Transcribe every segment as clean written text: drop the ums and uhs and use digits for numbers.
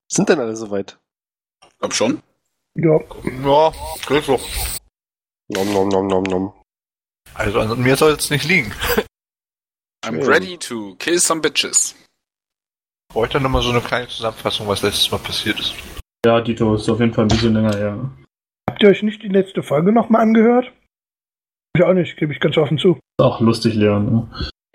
Sind denn alle soweit? Glaub schon. Ja. Ja, geht so. Nom nom nom nom nom. Also an mir soll es nicht liegen. I'm Schön. ready to kill some bitches. Ich bräuchte nochmal so eine kleine Zusammenfassung, was letztes Mal passiert ist. Ja, Dito, ist auf jeden Fall ein bisschen länger her. Habt ihr euch nicht die letzte Folge nochmal angehört? Ich auch nicht, gebe ich ganz offen zu. Ist auch lustig, Leon. Ne?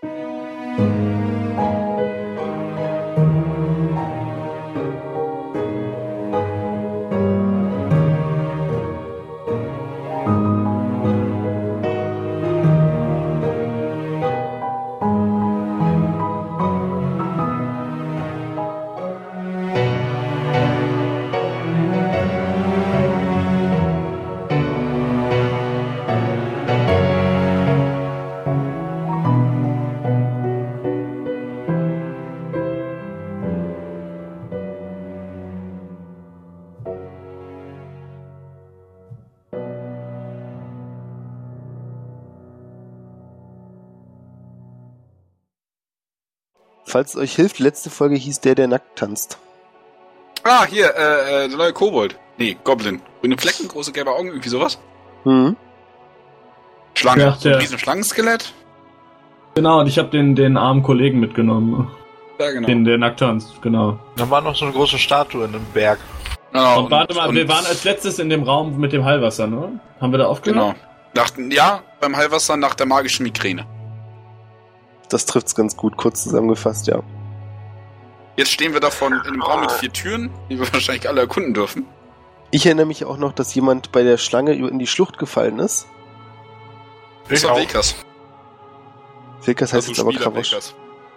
Falls es euch hilft, die letzte Folge hieß der nackt tanzt. Ah, hier, der neue Kobold. Nee, Goblin. Grüne Flecken, große gelbe Augen, irgendwie sowas. Mhm. Schlange. Ja, So ein der- riesen Schlangenskelett. Genau, und ich habe den armen Kollegen mitgenommen. Ja, genau. Der nackt tanzt, genau. Da war noch so eine große Statue in einem Berg. Genau, Und warte mal, wir waren als letztes in dem Raum mit dem Heilwasser, ne? Haben wir da aufgehört? Genau. Beim Heilwasser nach der magischen Migräne. Das trifft's ganz gut, kurz zusammengefasst, ja. Jetzt stehen wir davon in einem Raum mit 4 Türen, die wir wahrscheinlich alle erkunden dürfen. Ich erinnere mich auch noch, dass jemand bei der Schlange in die Schlucht gefallen ist. Das war Vekas. Wilkers heißt jetzt aber Spieler Kravosch. Vekas.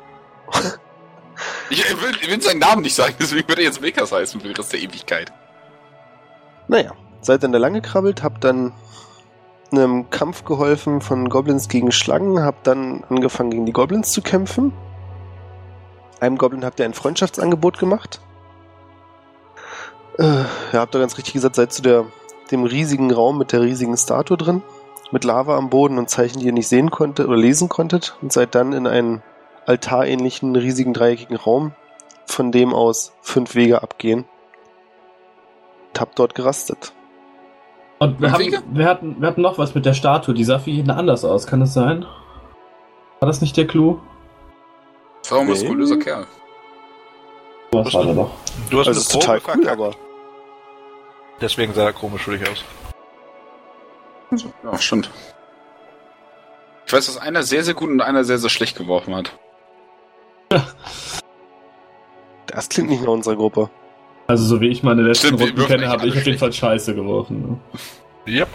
Ich will seinen Namen nicht sagen, deswegen wird er jetzt Vekas heißen für den Rest der Ewigkeit. Naja, seid dann da lang gekrabbelt, habt dann einem Kampf geholfen von Goblins gegen Schlangen, habt dann angefangen gegen die Goblins zu kämpfen. Einem Goblin habt ihr ein Freundschaftsangebot gemacht. Ja, habt ihr ganz richtig gesagt, seid zu dem riesigen Raum mit der riesigen Statue drin, mit Lava am Boden und Zeichen, die ihr nicht sehen konntet oder lesen konntet, und seid dann in einen altarähnlichen, riesigen, dreieckigen Raum, von dem aus 5 Wege abgehen. Und habt dort gerastet. Und wir Wege? hatten noch was mit der Statue, die sah für jeden anders aus, kann das sein? War das nicht der Clou? Das war ein Nee. muskulöser Kerl. Was war da doch? Du hast Also eine ist total Probe cool, verkackt. aber Deswegen sah er komisch für dich aus. Ja, stimmt. Ich weiß, dass einer sehr, sehr gut und einer sehr, sehr schlecht geworfen hat. das klingt nicht nach unserer Gruppe. Also so wie ich meine letzten Stimmt, wir Runden würfeln kenne, echt habe ich alle auf jeden Fall Scheiße geworfen. Ne? Yep.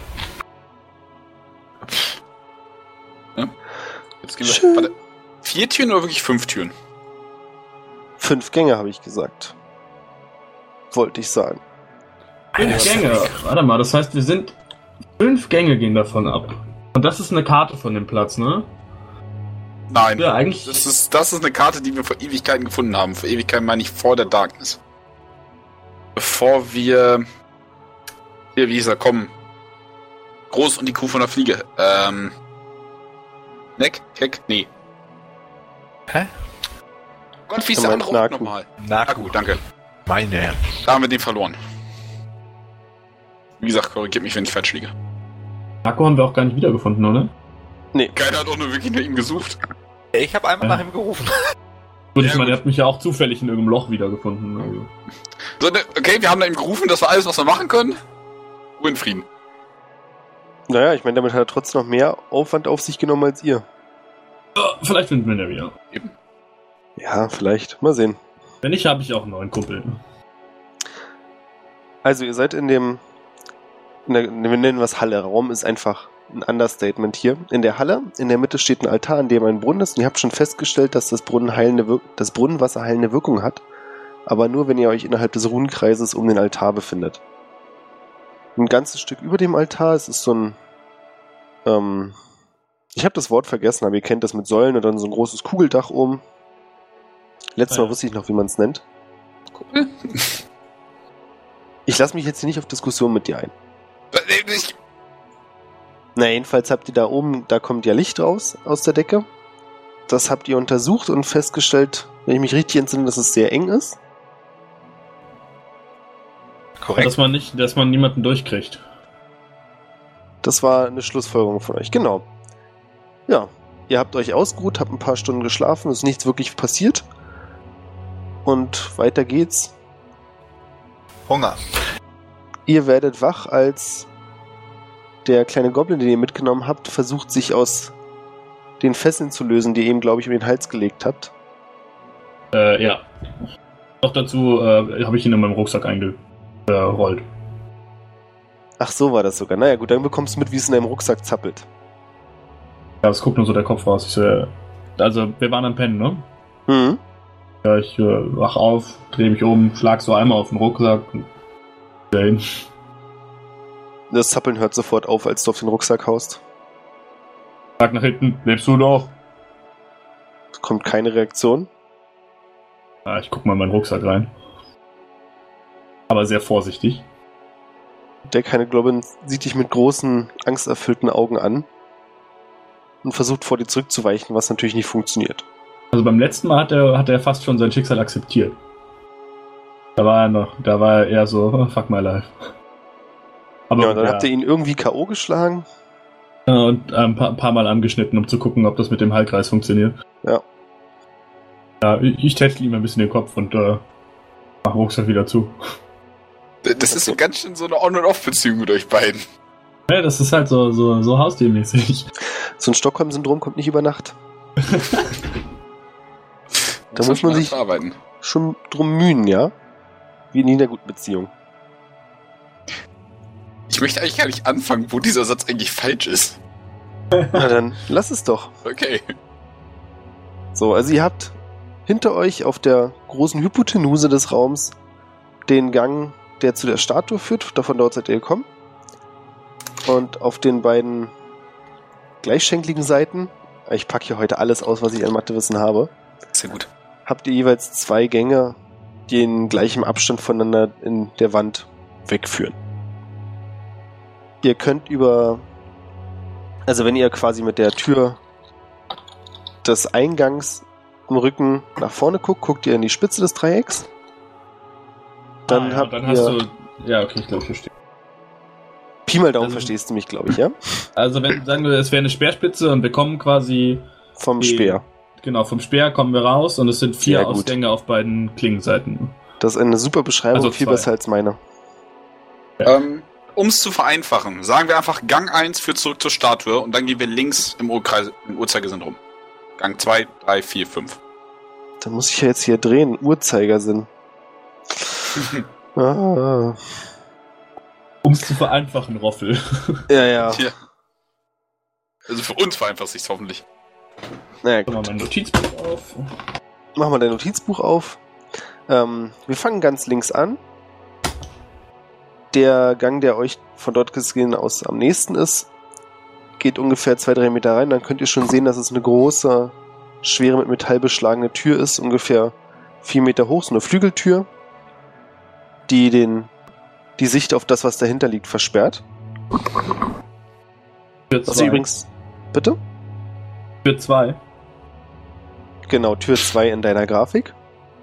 Jetzt gehen wir. Schön. Warte. 4 Türen oder wirklich 5 Türen? 5 Gänge, habe ich gesagt. Wollte ich sagen. 5 Gänge. Warte mal, das heißt, 5 Gänge gehen davon ab. Und das ist eine Karte von dem Platz, ne? Nein. Ja, eigentlich. Das ist eine Karte, die wir vor Ewigkeiten gefunden haben. Vor Ewigkeiten meine ich vor der Darkness. Bevor wir. Hier, wie hieß er? Komm. Groß und die Kuh von der Fliege. Neck? Keck? Nee. Hä? Gott, wie ist Er der meint andere Ort Naku. nochmal? Na Naku, danke. meine Herren. Da haben wir den verloren. Wie gesagt, korrigiert mich, wenn ich falsch liege. Marco haben wir auch gar nicht wiedergefunden, oder? Keiner hat auch nur wirklich nach ihm gesucht. Ich habe einmal Ja. nach ihm gerufen. Gut, Ja, ich meine, gut. ihr habt mich ja auch zufällig in irgendeinem Loch wiedergefunden. Also. So, okay, wir haben nach ihm gerufen, das war alles, was wir machen können. Ruhe in Frieden. Naja, ich meine, damit hat er trotzdem noch mehr Aufwand auf sich genommen als ihr. Vielleicht finden wir ihn ja wieder. Ja, vielleicht. Mal sehen. Wenn nicht, habe ich auch einen neuen Kumpel. Also, ihr seid wir nennen was Halle. Raum ist einfach ein Understatement hier. In der Halle, in der Mitte steht ein Altar, an dem ein Brunnen ist. Und ihr habt schon festgestellt, dass das Brunnenwasser heilende Wirkung hat. Aber nur, wenn ihr euch innerhalb des Runenkreises um den Altar befindet. Ein ganzes Stück über dem Altar, es ist so ein ich habe das Wort vergessen, aber ihr kennt das mit Säulen und dann so ein großes Kugeldach oben. Letztes Mal wusste ich noch, wie man es nennt. Kuppel? Ich lasse mich jetzt hier nicht auf Diskussion mit dir ein. Ich, Na, jedenfalls habt ihr da oben, da kommt ja Licht raus aus der Decke. Das habt ihr untersucht und festgestellt, wenn ich mich richtig entsinne, dass es sehr eng ist. Korrekt. Dass man niemanden durchkriegt. Das war eine Schlussfolgerung von euch, genau. Ja, ihr habt euch ausgeruht, habt ein paar Stunden geschlafen, es ist nichts wirklich passiert. Und weiter geht's. Hunger. Ihr werdet wach, als der kleine Goblin, den ihr mitgenommen habt, versucht, sich aus den Fesseln zu lösen, die ihr ihm, glaube ich, um den Hals gelegt habt. Ja. Noch dazu habe ich ihn in meinem Rucksack eingerollt. Ach, so war das sogar. Naja, gut, dann bekommst du mit, wie es in deinem Rucksack zappelt. Ja, es guckt nur so der Kopf raus. Also, wir waren am Pennen, ne? Mhm. Ja, ich wach auf, drehe mich um, schlag so einmal auf den Rucksack und wieder hin. Das Zappeln hört sofort auf, als du auf den Rucksack haust. Schlag nach hinten, lebst du noch? Es kommt keine Reaktion. Ja, ich guck mal in meinen Rucksack rein. Aber sehr vorsichtig. Der kleine Goblin sieht dich mit großen, angsterfüllten Augen an und versucht vor dir zurückzuweichen, was natürlich nicht funktioniert. Also beim letzten Mal hat er fast schon sein Schicksal akzeptiert. Da war er eher so, oh, fuck my life. Aber Ja, dann habt ihr ihn irgendwie K.O. geschlagen. Und ein paar Mal angeschnitten, um zu gucken, ob das mit dem Heilkreis funktioniert. Ja. Ja, ich tätschle ihm ein bisschen den Kopf und mach Rucksack wieder zu. Das ist so ganz schön so eine On- und Off-Beziehung mit euch beiden. Ja, das ist halt so haustiermäßig. So ein Stockholm-Syndrom kommt nicht über Nacht. Da muss man sich arbeiten. schon drum mühen, ja? Wie in jeder guten Beziehung. Ich möchte eigentlich gar nicht anfangen, wo dieser Satz eigentlich falsch ist. Na dann, lass es doch. Okay. So, also ihr habt hinter euch auf der großen Hypotenuse des Raums den Gang, der zu der Statue führt. Davon dort seid ihr gekommen. Und auf den beiden gleichschenkligen Seiten, ich packe hier heute alles aus, was ich an Mathewissen habe, Sehr gut. habt ihr jeweils 2 Gänge, die in gleichem Abstand voneinander in der Wand wegführen. Ihr könnt also wenn ihr quasi mit der Tür des Eingangs im Rücken nach vorne guckt ihr in die Spitze des Dreiecks. Dann habt dann ihr... hast du... Ja, okay, ich glaube, ich verstehe. Pi mal Daumen Also- verstehst du mich, glaube ich, ja? Also wenn, sagen wir, es wäre eine Speerspitze und wir kommen quasi... Vom Speer. Genau, vom Speer kommen wir raus und es sind 4 Sehr gut. Ausgänge auf beiden Klingenseiten. Das ist eine super Beschreibung, Also viel 2. besser als meine. Um es zu vereinfachen, sagen wir einfach, Gang 1 führt zurück zur Statue und dann gehen wir links im Uhrzeigersinn rum. Gang 2, 3, 4, 5. Da muss ich ja jetzt hier drehen. Uhrzeigersinn. Ah. Um es zu vereinfachen, Roffel. Ja. Hier. Also für uns vereinfacht sich's hoffentlich. Naja, Mach mal gut. mein Notizbuch auf. Mach mal dein Notizbuch auf. Wir fangen ganz links an. Der Gang, der euch von dort gesehen aus am nächsten ist, geht ungefähr 2-3 Meter rein. Dann könnt ihr schon sehen, dass es eine große, schwere mit Metall beschlagene Tür ist, ungefähr 4 Meter hoch, so eine Flügeltür, die die Sicht auf das, was dahinter liegt, versperrt. Tür Was 2. übrigens... Bitte? Tür 2. Genau, Tür 2 in deiner Grafik.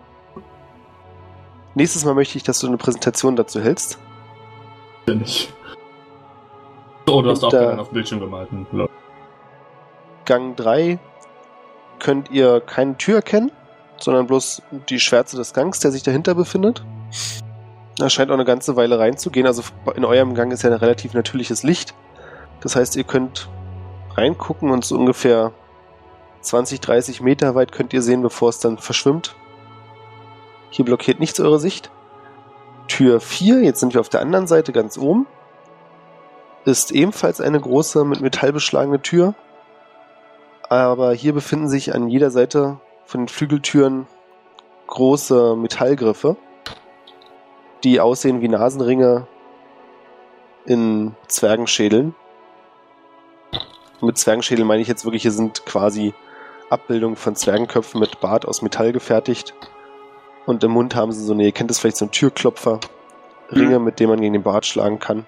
Nächstes Mal möchte ich, dass du eine Präsentation dazu hältst. Nicht. So, du hast auch Und, gerade auf dem Bildschirm gemalt. Gang 3 könnt ihr keine Tür erkennen, sondern bloß die Schwärze des Gangs, der sich dahinter befindet. Da scheint auch eine ganze Weile reinzugehen. Also in eurem Gang ist ja ein relativ natürliches Licht. Das heißt, ihr könnt reingucken und so ungefähr 20, 30 Meter weit könnt ihr sehen, bevor es dann verschwimmt. Hier blockiert nichts eure Sicht. Tür 4, jetzt sind wir auf der anderen Seite ganz oben, ist ebenfalls eine große mit Metall beschlagene Tür. Aber hier befinden sich an jeder Seite von den Flügeltüren große Metallgriffe, die aussehen wie Nasenringe in Zwergenschädeln. Mit Zwergenschädeln meine ich jetzt wirklich, hier sind quasi Abbildungen von Zwergenköpfen mit Bart aus Metall gefertigt. Und im Mund haben sie so eine, ihr kennt das vielleicht, so einen Türklopfer, Ringe, mit denen man gegen den Bart schlagen kann.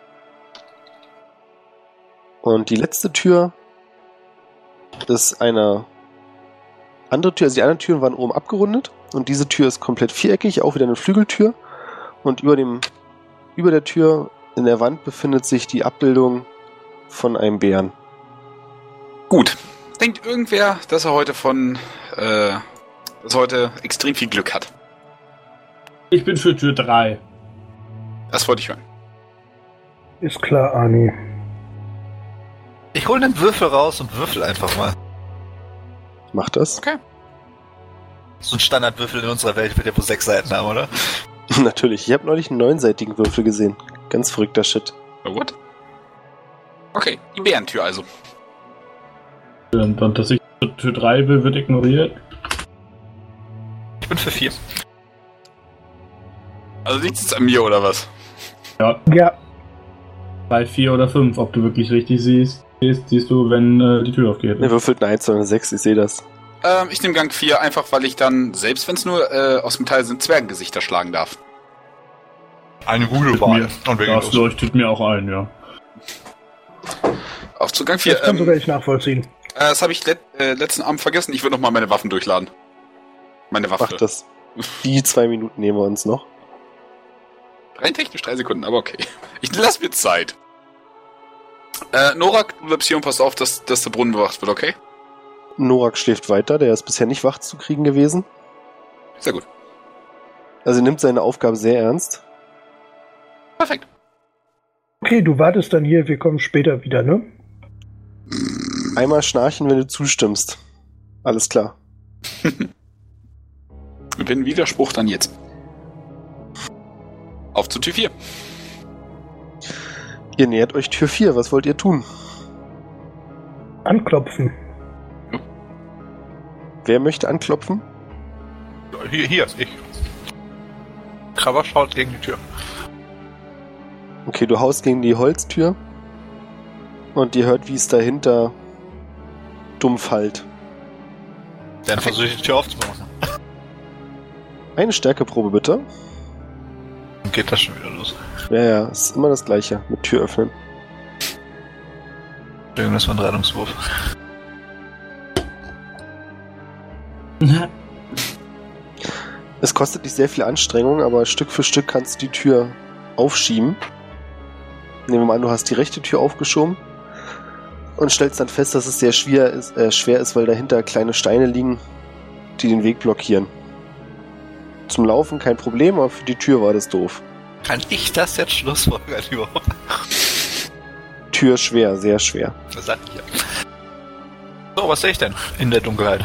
Und die letzte Tür ist eine andere Tür, also die anderen Türen waren oben abgerundet und diese Tür ist komplett viereckig, auch wieder eine Flügeltür. Und über dem über der Tür in der Wand befindet sich die Abbildung von einem Bären. Gut. Denkt irgendwer, dass er heute dass er heute extrem viel Glück hat? Ich bin für Tür 3. Das wollte ich hören. Ist klar, Arni. Ich hole einen Würfel raus und würfel einfach mal. Macht das? Okay. So ein Standardwürfel in unserer Welt wird ja wohl 6 Seiten haben, oder? Natürlich. Ich habe neulich einen 9-seitigen Würfel gesehen. Ganz verrückter Shit. Na gut. Okay, die Bärentür also. Und dass ich Tür 3 will, wird ignoriert. Ich bin für 4. Also liegt es an mir, oder was? Ja, Bei 4 oder 5, ob du wirklich richtig siehst, du, wenn die Tür aufgeht. Er würfelt eine 1 oder eine 6, ich sehe das. Ich nehme Gang 4, einfach weil ich dann, selbst wenn es nur aus Metall sind, Zwergengesichter schlagen darf. Eine gute Wahl. Und wir gehen Das los. leuchtet mir auch ein, ja. Auf zu Gang 4. das kann sogar ich nachvollziehen. Das habe ich letzten Abend vergessen. Ich würde nochmal meine Waffen durchladen. Meine Waffe. Macht das. Die 2 Minuten nehmen wir uns noch. Rein technisch 3 Sekunden, aber okay. Ich lasse mir Zeit. Norak, du bleibst hier und passt auf, dass der Brunnen bewacht wird, okay? Norak schläft weiter, der ist bisher nicht wach zu kriegen gewesen. Sehr gut. Also er nimmt seine Aufgabe sehr ernst. Perfekt. Okay, du wartest dann hier, wir kommen später wieder, ne? Einmal schnarchen, wenn du zustimmst. Alles klar. Wenn Widerspruch, dann jetzt. Auf zu Tür 4. Ihr nähert euch Tür 4. Was wollt ihr tun? Anklopfen. Wer möchte anklopfen? Hier, ich. Krabber schaut gegen die Tür. Okay, du haust gegen die Holztür und ihr hört, wie es dahinter dumpf hallt. Dann versuche ich die Tür aufzumachen. Eine Stärkeprobe bitte. Dann geht das schon wieder los. Ja, ist immer das Gleiche mit Tür öffnen. Entschuldigung, das war ein Rettungswurf. Es kostet dich sehr viel Anstrengung, aber Stück für Stück kannst du die Tür aufschieben. Nehmen wir mal an, du hast die rechte Tür aufgeschoben und stellst dann fest, dass es sehr schwer ist, weil dahinter kleine Steine liegen, die den Weg blockieren. Zum Laufen kein Problem, aber für die Tür war das doof. Kann ich das jetzt schlussfolgern überhaupt? Tür schwer, sehr schwer. Das sag ich ja. So, was sehe ich denn in der Dunkelheit?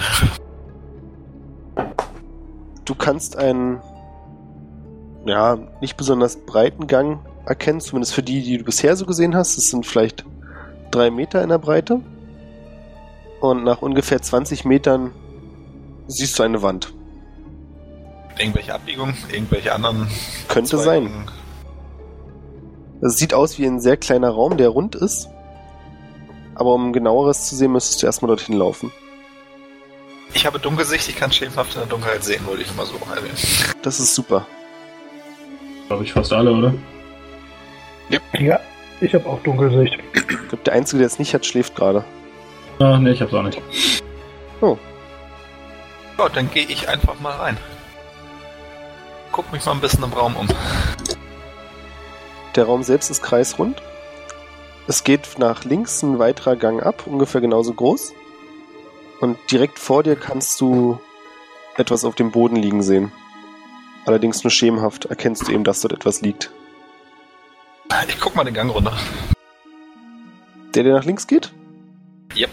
Du kannst einen, nicht besonders breiten Gang erkennen, zumindest für die du bisher so gesehen hast. Es sind vielleicht 3 Meter in der Breite. Und nach ungefähr 20 Metern siehst du eine Wand. Irgendwelche Abbiegungen? Irgendwelche anderen? Könnte sein. Es sieht aus wie ein sehr kleiner Raum, der rund ist. Aber um genaueres zu sehen, müsstest du erstmal dorthin laufen. Ich habe Dunkelsicht, ich kann schemenhaft in der Dunkelheit sehen, wollte ich immer so erwähnen. Das ist super. Glaube ich fast alle, oder? Ja, ich habe auch Dunkelsicht. Ich glaube, der Einzige, der es nicht hat, schläft gerade. Ah, nee, ich hab's auch nicht. Oh. So, dann gehe ich einfach mal rein. Guck mich mal ein bisschen im Raum um. Der Raum selbst ist kreisrund. Es geht nach links ein weiterer Gang ab, ungefähr genauso groß. Und direkt vor dir kannst du etwas auf dem Boden liegen sehen. Allerdings nur schemenhaft erkennst du eben, dass dort etwas liegt. Ich guck mal den Gang runter. Der nach links geht? Yep.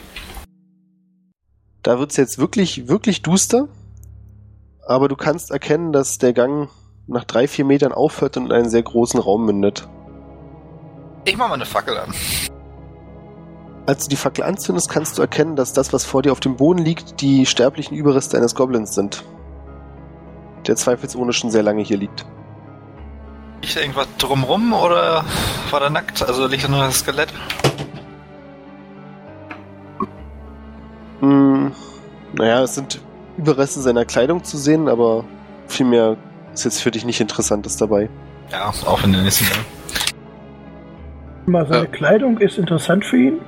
Da wird's jetzt wirklich, wirklich duster. Aber du kannst erkennen, dass der Gang nach 3-4 Metern aufhört und in einen sehr großen Raum mündet. Ich mach mal eine Fackel an. Als du die Fackel anzündest, kannst du erkennen, dass das, was vor dir auf dem Boden liegt, die sterblichen Überreste eines Goblins sind. Der zweifelsohne schon sehr lange hier liegt. Liegt da irgendwas drumrum oder war der nackt? Also liegt da nur das Skelett? Es sind Überreste seiner Kleidung zu sehen, aber viel mehr ist jetzt für dich nicht Interessantes dabei. Ja, auch in den nächsten Jahren. Mal seine Kleidung ist interessant für ihn.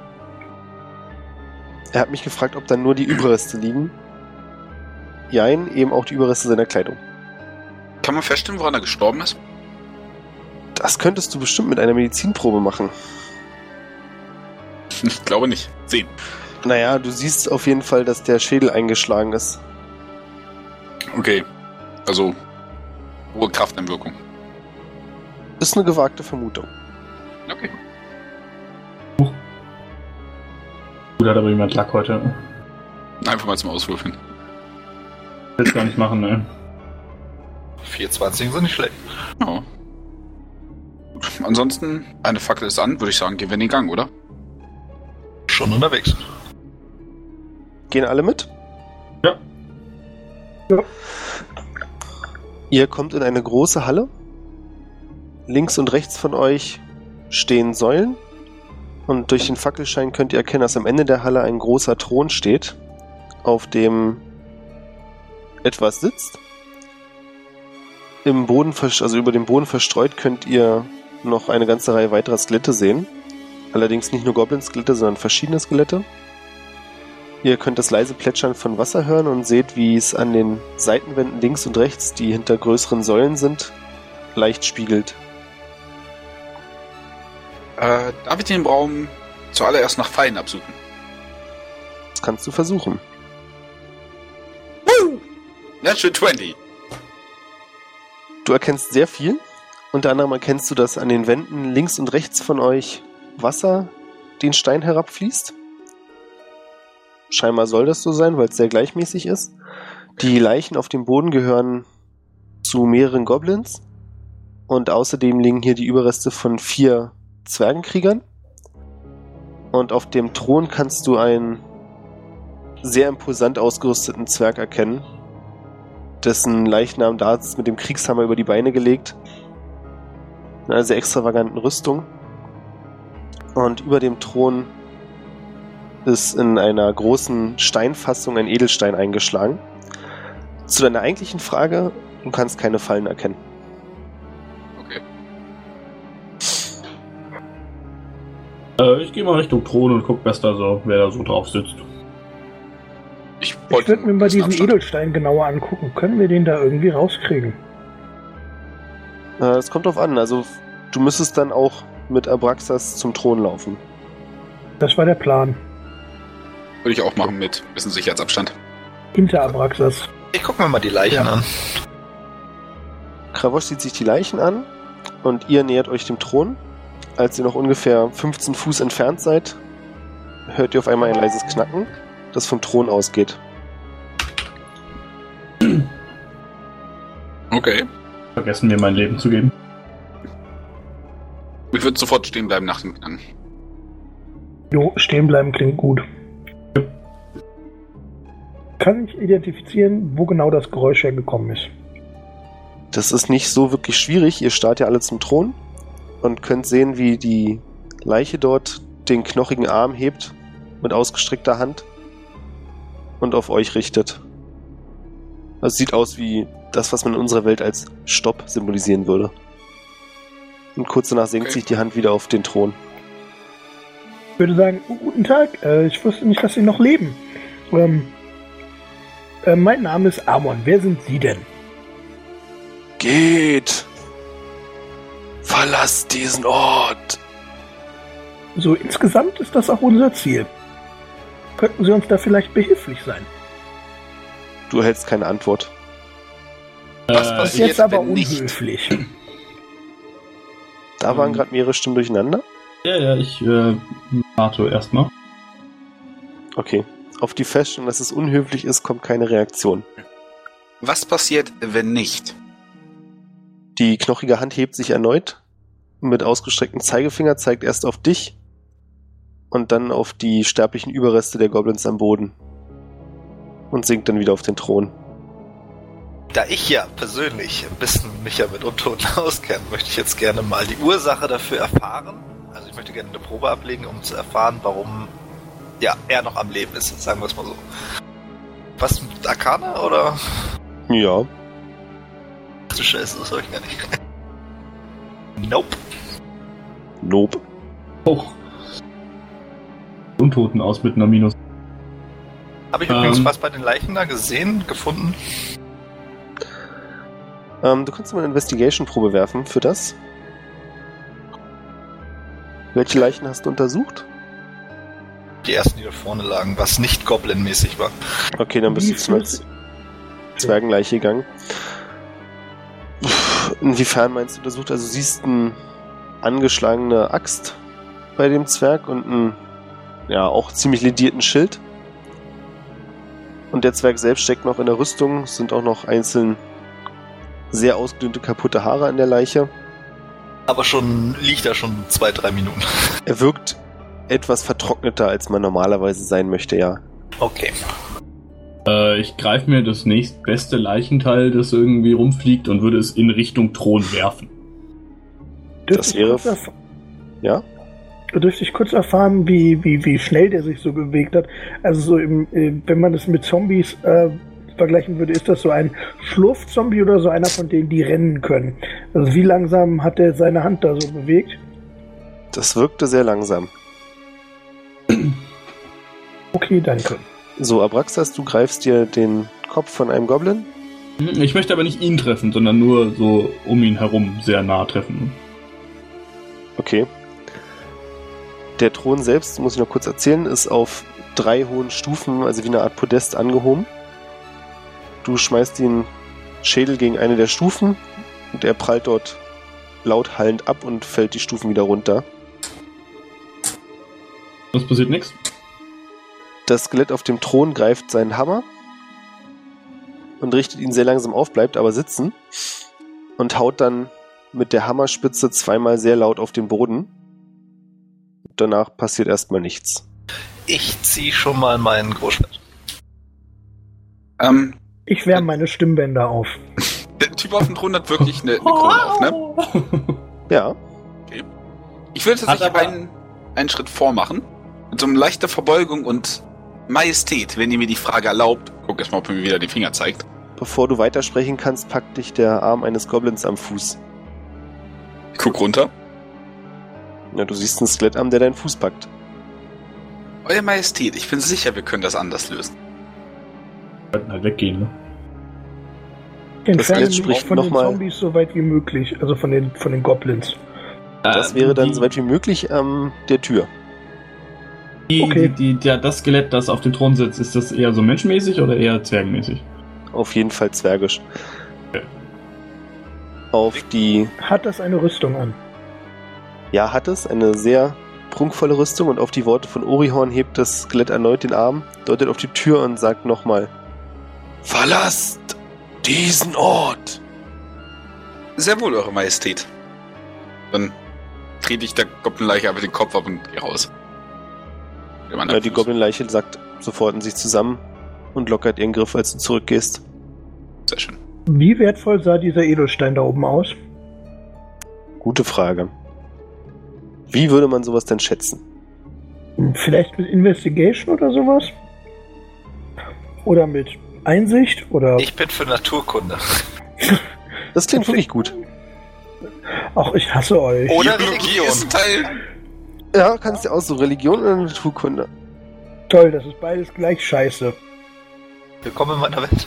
Er hat mich gefragt, ob da nur die Überreste liegen. Jein, eben auch die Überreste seiner Kleidung. Kann man feststellen, woran er gestorben ist? Das könntest du bestimmt mit einer Medizinprobe machen. Ich glaube nicht. 10. Naja, du siehst auf jeden Fall, dass der Schädel eingeschlagen ist. Okay. Also, hohe Krafteinwirkung. Ist eine gewagte Vermutung. Okay. Gut, hat aber jemand Lack heute. Einfach mal zum Auswürfeln. Will's gar nicht machen, ne? 420 sind nicht schlecht. Ja. Gut. Ansonsten, eine Fackel ist an, würde ich sagen, gehen wir in den Gang, oder? Schon unterwegs. Gehen alle mit? Ja. Ja. Ihr kommt in eine große Halle. Links und rechts von euch stehen Säulen. Und durch den Fackelschein könnt ihr erkennen, dass am Ende der Halle ein großer Thron steht, auf dem etwas sitzt. Im Boden, also über dem Boden verstreut, könnt ihr noch eine ganze Reihe weiterer Skelette sehen. Allerdings nicht nur Goblin-Skelette, sondern verschiedene Skelette. Ihr könnt das leise Plätschern von Wasser hören und seht, wie es an den Seitenwänden links und rechts, die hinter größeren Säulen sind, leicht spiegelt. Darf ich den Raum zuallererst nach Fallen absuchen? Das kannst du versuchen. Natural 20. Du erkennst sehr viel. Unter anderem erkennst du, dass an den Wänden links und rechts von euch Wasser den Stein herabfließt. Scheinbar soll das so sein, weil es sehr gleichmäßig ist. Die Leichen auf dem Boden gehören zu mehreren Goblins. Und außerdem liegen hier die Überreste von 4 Zwergenkriegern. Und auf dem Thron kannst du einen sehr imposant ausgerüsteten Zwerg erkennen, dessen Leichnam da ist mit dem Kriegshammer über die Beine gelegt. In einer sehr extravaganten Rüstung. Und über dem Thron ist in einer großen Steinfassung ein Edelstein eingeschlagen. Zu deiner eigentlichen Frage, du kannst keine Fallen erkennen. Okay. Ich gehe mal Richtung Thron und guck, wer da so drauf sitzt. Ich würde mir mal diesen Edelstein genauer angucken. Können wir den da irgendwie rauskriegen? Es kommt drauf an. Also du müsstest dann auch mit Abraxas zum Thron laufen. Das war der Plan. Würde ich auch machen mit bisschen Sicherheitsabstand. Hinter Abraxas. Ich guck mir mal die Leichen an. Kravosch sieht sich die Leichen an und ihr nähert euch dem Thron. Als ihr noch ungefähr 15 Fuß entfernt seid, hört ihr auf einmal ein leises Knacken, das vom Thron ausgeht. Okay. Vergessen mir mein Leben zu geben. Ich würde sofort stehen bleiben nach dem Knacken. Jo, stehen bleiben klingt gut. Kann ich identifizieren, wo genau das Geräusch hergekommen ist? Das ist nicht so wirklich schwierig. Ihr starrt ja alle zum Thron und könnt sehen, wie die Leiche dort den knochigen Arm hebt mit ausgestreckter Hand und auf euch richtet. Es sieht aus wie das, was man in unserer Welt als Stopp symbolisieren würde. Und kurz danach senkt sich die Hand wieder auf den Thron. Ich würde sagen, guten Tag, ich wusste nicht, dass Sie noch leben. Mein Name ist Amon, wer sind Sie denn? Geht! Verlasst diesen Ort! So insgesamt ist das auch unser Ziel. Könnten Sie uns da vielleicht behilflich sein? Du erhältst keine Antwort. Was Das ist passiert, jetzt aber wenn nicht? unhöflich. Da waren gerade mehrere Stimmen durcheinander. Ja, ich warte erstmal. Okay. Auf die Feststellung, dass es unhöflich ist, kommt keine Reaktion. Was passiert, wenn nicht? Die knochige Hand hebt sich erneut. Mit ausgestrecktem Zeigefinger zeigt erst auf dich und dann auf die sterblichen Überreste der Goblins am Boden. Und sinkt dann wieder auf den Thron. Da ich ja persönlich ein bisschen mich ja mit Untoten auskenne, möchte ich jetzt gerne mal die Ursache dafür erfahren. Also ich möchte gerne eine Probe ablegen, um zu erfahren, warum er noch am Leben ist, sagen wir es mal so. Was mit Arcana oder? Ja. Ach du Scheiße, das habe ich gar nicht. Nope. Nope. Hoch. Untoten aus mit einer Minus. Habe ich übrigens was bei den Leichen da gesehen, gefunden? Du kannst mal eine Investigation-Probe werfen für das. Welche Leichen hast du untersucht? Die ersten, die da vorne lagen, was nicht Goblin-mäßig war. Okay, dann bist du zum Zwergenleiche gegangen. Inwiefern meinst du untersucht? Also siehst eine angeschlagene Axt bei dem Zwerg und einen, ja, auch ziemlich ledierten Schild. Und der Zwerg selbst steckt noch in der Rüstung. Es sind auch noch einzeln sehr ausgedünnte, kaputte Haare an der Leiche. Aber liegt da schon 2-3 Minuten. Er wirkt etwas vertrockneter, als man normalerweise sein möchte, ja. Okay. Ich greife mir das nächstbeste Leichenteil, das irgendwie rumfliegt, und würde es in Richtung Thron werfen. Das wäre... Ja? Dürfte ich kurz erfahren, wie schnell der sich so bewegt hat? Also so wenn man das mit Zombies vergleichen würde, ist das so ein Schlurf-Zombie oder so einer von denen, die rennen können? Also wie langsam hat er seine Hand da so bewegt? Das wirkte sehr langsam. Okay, danke. So, Abraxas, du greifst dir den Kopf von einem Goblin. Ich möchte aber nicht ihn treffen, sondern nur so um ihn herum sehr nah treffen. Okay. Der Thron selbst, muss ich noch kurz erzählen, ist auf 3 hohen Stufen, also wie eine Art Podest, angehoben. Du schmeißt den Schädel gegen eine der Stufen und er prallt dort laut hallend ab und fällt die Stufen wieder runter. Was passiert nichts? Das Skelett auf dem Thron greift seinen Hammer und richtet ihn sehr langsam auf, bleibt aber sitzen und haut dann mit der Hammerspitze 2-mal sehr laut auf den Boden. Danach passiert erstmal nichts. Ich zieh schon mal meinen Großschwert. Ich wärme meine Stimmbänder auf. Der Typ auf dem Thron hat wirklich eine Krone auf, ne? Ja. Okay. Ich will tatsächlich einen Schritt vormachen. Mit so einer leichten Verbeugung und Majestät, wenn ihr mir die Frage erlaubt. Guck erst mal, ob er mir wieder die Finger zeigt. Bevor du weitersprechen kannst, packt dich der Arm eines Goblins am Fuß. Ich guck runter. Ja, du siehst einen Skelettarm, der deinen Fuß packt. Euer Majestät, ich bin sicher, wir können das anders lösen. Wir könnten halt weggehen, ne? Entfernen Skelett mich spricht von den nochmal. Zombies so weit wie möglich, also von den Goblins. Das wäre dann so weit wie möglich der Tür. Okay. Das Skelett, das auf dem Thron sitzt, ist das eher so menschenmäßig oder eher zwergenmäßig? Auf jeden Fall zwergisch. Okay. Auf die... Hat das eine Rüstung an? Ja, hat es. Eine sehr prunkvolle Rüstung und auf die Worte von Orihorn hebt das Skelett erneut den Arm, deutet auf die Tür und sagt nochmal: Verlasst diesen Ort! Sehr wohl, Eure Majestät. Dann trete ich der Goblinleiche aber den Kopf ab und gehe raus. Ja, die Goblinleiche sagt sofort in sich zusammen und lockert ihren Griff, als du zurückgehst. Sehr schön. Wie wertvoll sah dieser Edelstein da oben aus? Gute Frage. Wie würde man sowas denn schätzen? Vielleicht mit Investigation oder sowas? Oder mit Einsicht? Oder Ich bin für Naturkunde. Das klingt wirklich gut. Ach, ich hasse euch. Oder Biologie Religion. ist ein Teil. Ja, kannst du aussuchen. Religion oder Naturkunde? Toll, das ist beides gleich scheiße. Willkommen in meiner Welt.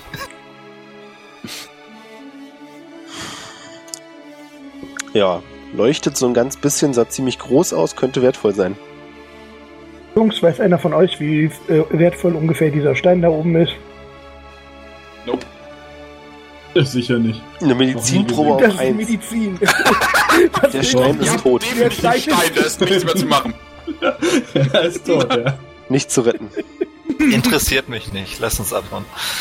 Ja, leuchtet so ein ganz bisschen, sah ziemlich groß aus, könnte wertvoll sein. Jungs, weiß einer von euch, wie wertvoll ungefähr dieser Stein da oben ist? Nope. Sicher nicht. Eine Medizinprobe Das auf ist 1. Medizin. Der Stein ist tot. Definitiv ein Stein, da ist nichts mehr zu machen. Er ist tot, ja. Nicht zu retten. Interessiert mich nicht. Lass uns abhauen.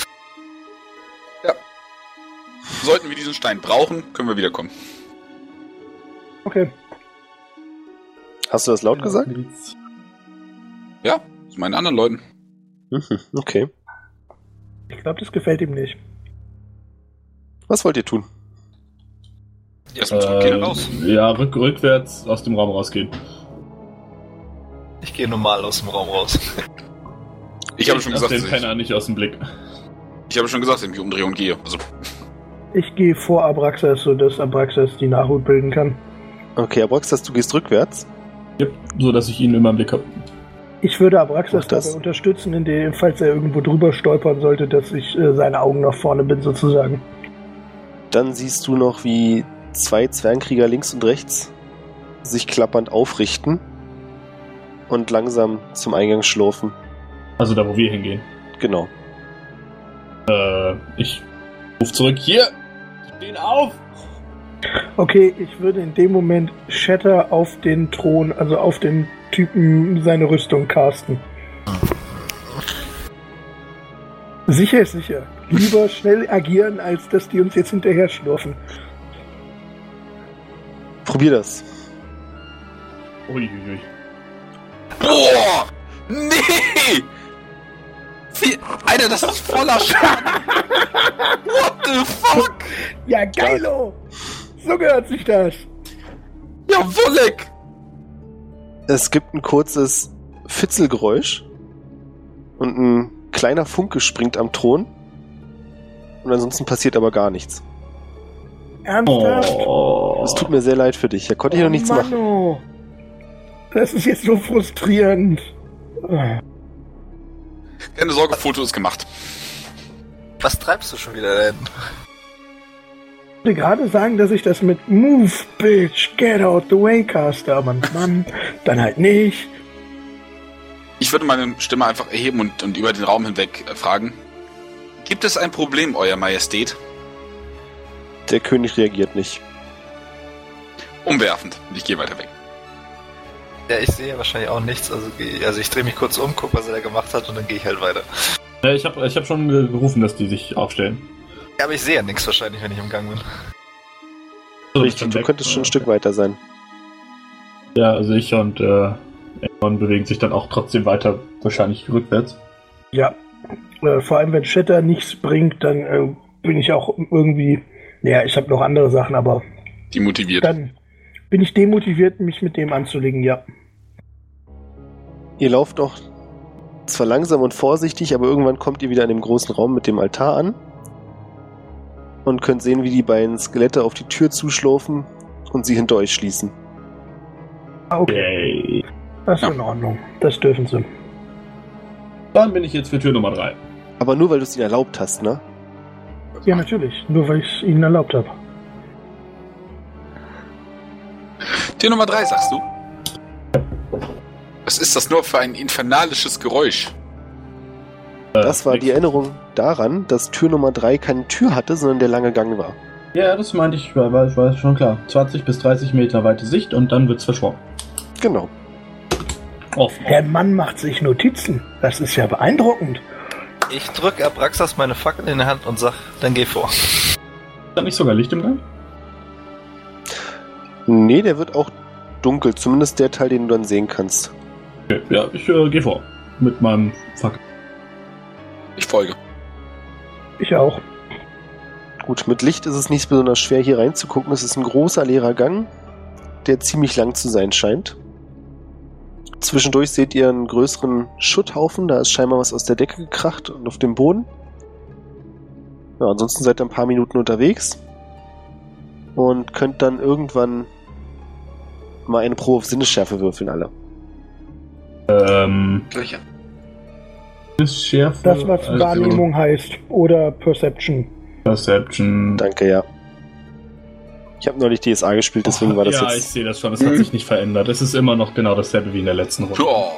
Sollten wir diesen Stein brauchen, können wir wiederkommen. Okay. Hast du das laut gesagt? Ja, zu meinen anderen Leuten. Okay. Ich glaube, das gefällt ihm nicht. Was wollt ihr tun? Erstmal zurückgehen raus. Ja, rückwärts aus dem Raum rausgehen. Ich gehe normal aus dem Raum raus. Ich habe schon gesagt, den dass Penner nicht aus dem Blick. ich mich umdrehe und gehe. Also, Ich gehe vor Abraxas, sodass Abraxas die Nachhut bilden kann. Okay, Abraxas, du gehst rückwärts. Yep, so dass ich ihn immer im Blick habe. Ich würde Abraxas Mach das. dabei unterstützen, indem, falls er irgendwo drüber stolpern sollte, dass ich seine Augen nach vorne bin, sozusagen. Dann siehst du noch, wie 2 Zwergenkrieger links und rechts sich klappernd aufrichten und langsam zum Eingang schlurfen. Also da, wo wir hingehen. Genau. Ich ruf zurück. Hier! Stehen auf! Okay, ich würde in dem Moment Shatter auf den Thron, also auf den Typen, seine Rüstung casten. Sicher ist sicher. Lieber schnell agieren, als dass die uns jetzt hinterher schlurfen. Probier das. Uiuiui. Boah! Nee! Alter, das ist voller Schaden! What the fuck? Ja, geilo! So gehört sich das. Ja, Wolleck! Es gibt ein kurzes Fitzelgeräusch und ein kleiner Funke springt am Thron und ansonsten passiert aber gar nichts. Ernsthaft? Es tut mir sehr leid für dich. Da konnte ich noch nichts machen. Manno. Das ist jetzt so frustrierend. Keine Sorge, Foto ist gemacht. Was treibst du schon wieder denn? Ich wollte gerade sagen, dass ich das mit Move, Bitch, Get Out the Way caste, aber Mann, dann halt nicht. Ich würde meine Stimme einfach erheben und über den Raum hinweg fragen. Gibt es ein Problem, Euer Majestät? Der König reagiert nicht. Umwerfend. Und ich gehe weiter weg. Ja, ich sehe wahrscheinlich auch nichts. Also ich drehe mich kurz um, gucke, was er da gemacht hat und dann gehe ich halt weiter. Ja, ich hab schon gerufen, dass die sich aufstellen. Ja, aber ich sehe ja nichts wahrscheinlich, wenn ich im Gang bin. Richtig, du könntest schon ein Stück weiter sein. Ja, also ich und Aegon bewegen sich dann auch trotzdem weiter, wahrscheinlich rückwärts. Ja, vor allem wenn Shatter nichts bringt, dann bin ich auch irgendwie, ja, ich habe noch andere Sachen, aber Die motiviert. dann bin ich demotiviert, mich mit dem anzulegen, ja. Ihr lauft noch zwar langsam und vorsichtig, aber irgendwann kommt ihr wieder in dem großen Raum mit dem Altar an und könnt sehen, wie die beiden Skelette auf die Tür zuschlurfen und sie hinter euch schließen. Okay, Yay. das ist in Ordnung. Das dürfen sie. Dann bin ich jetzt für Tür Nummer 3. Aber nur, weil du es ihnen erlaubt hast, ne? Ja, natürlich. Nur weil ich es ihnen erlaubt habe. Tür Nummer 3, sagst du? Was ist das nur für ein infernalisches Geräusch? Das war die Erinnerung daran, dass Tür Nummer 3 keine Tür hatte, sondern der lange Gang war. Ja, das meinte ich, war schon klar. 20 bis 30 Meter weite Sicht und dann wird's verschwommen. Genau. Offen. Der Mann macht sich Notizen. Das ist ja beeindruckend. Ich drücke Abraxas meine Fackel in die Hand und sag, dann geh vor. Ist da nicht sogar Licht im Gang? Nee, der wird auch dunkel, zumindest der Teil, den du dann sehen kannst. Okay, ja, ich gehe vor. Mit meinem Fackel. Ich folge. Ich auch. Gut, mit Licht ist es nicht besonders schwer, hier reinzugucken. Es ist ein großer, leerer Gang, der ziemlich lang zu sein scheint. Zwischendurch seht ihr einen größeren Schutthaufen. Da ist scheinbar was aus der Decke gekracht und auf dem Boden. Ja, ansonsten seid ihr ein paar Minuten unterwegs und könnt dann irgendwann mal eine Probe auf Sinnesschärfe würfeln, alle. Gleiche. Ist Schärfe. Das, was Wahrnehmung heißt. Oder Perception. Perception. Danke, ja. Ich habe neulich DSA gespielt, deswegen war das ja, ich jetzt... sehe das schon. Es hat sich nicht verändert. Es ist immer noch genau dasselbe wie in der letzten Runde. Oh.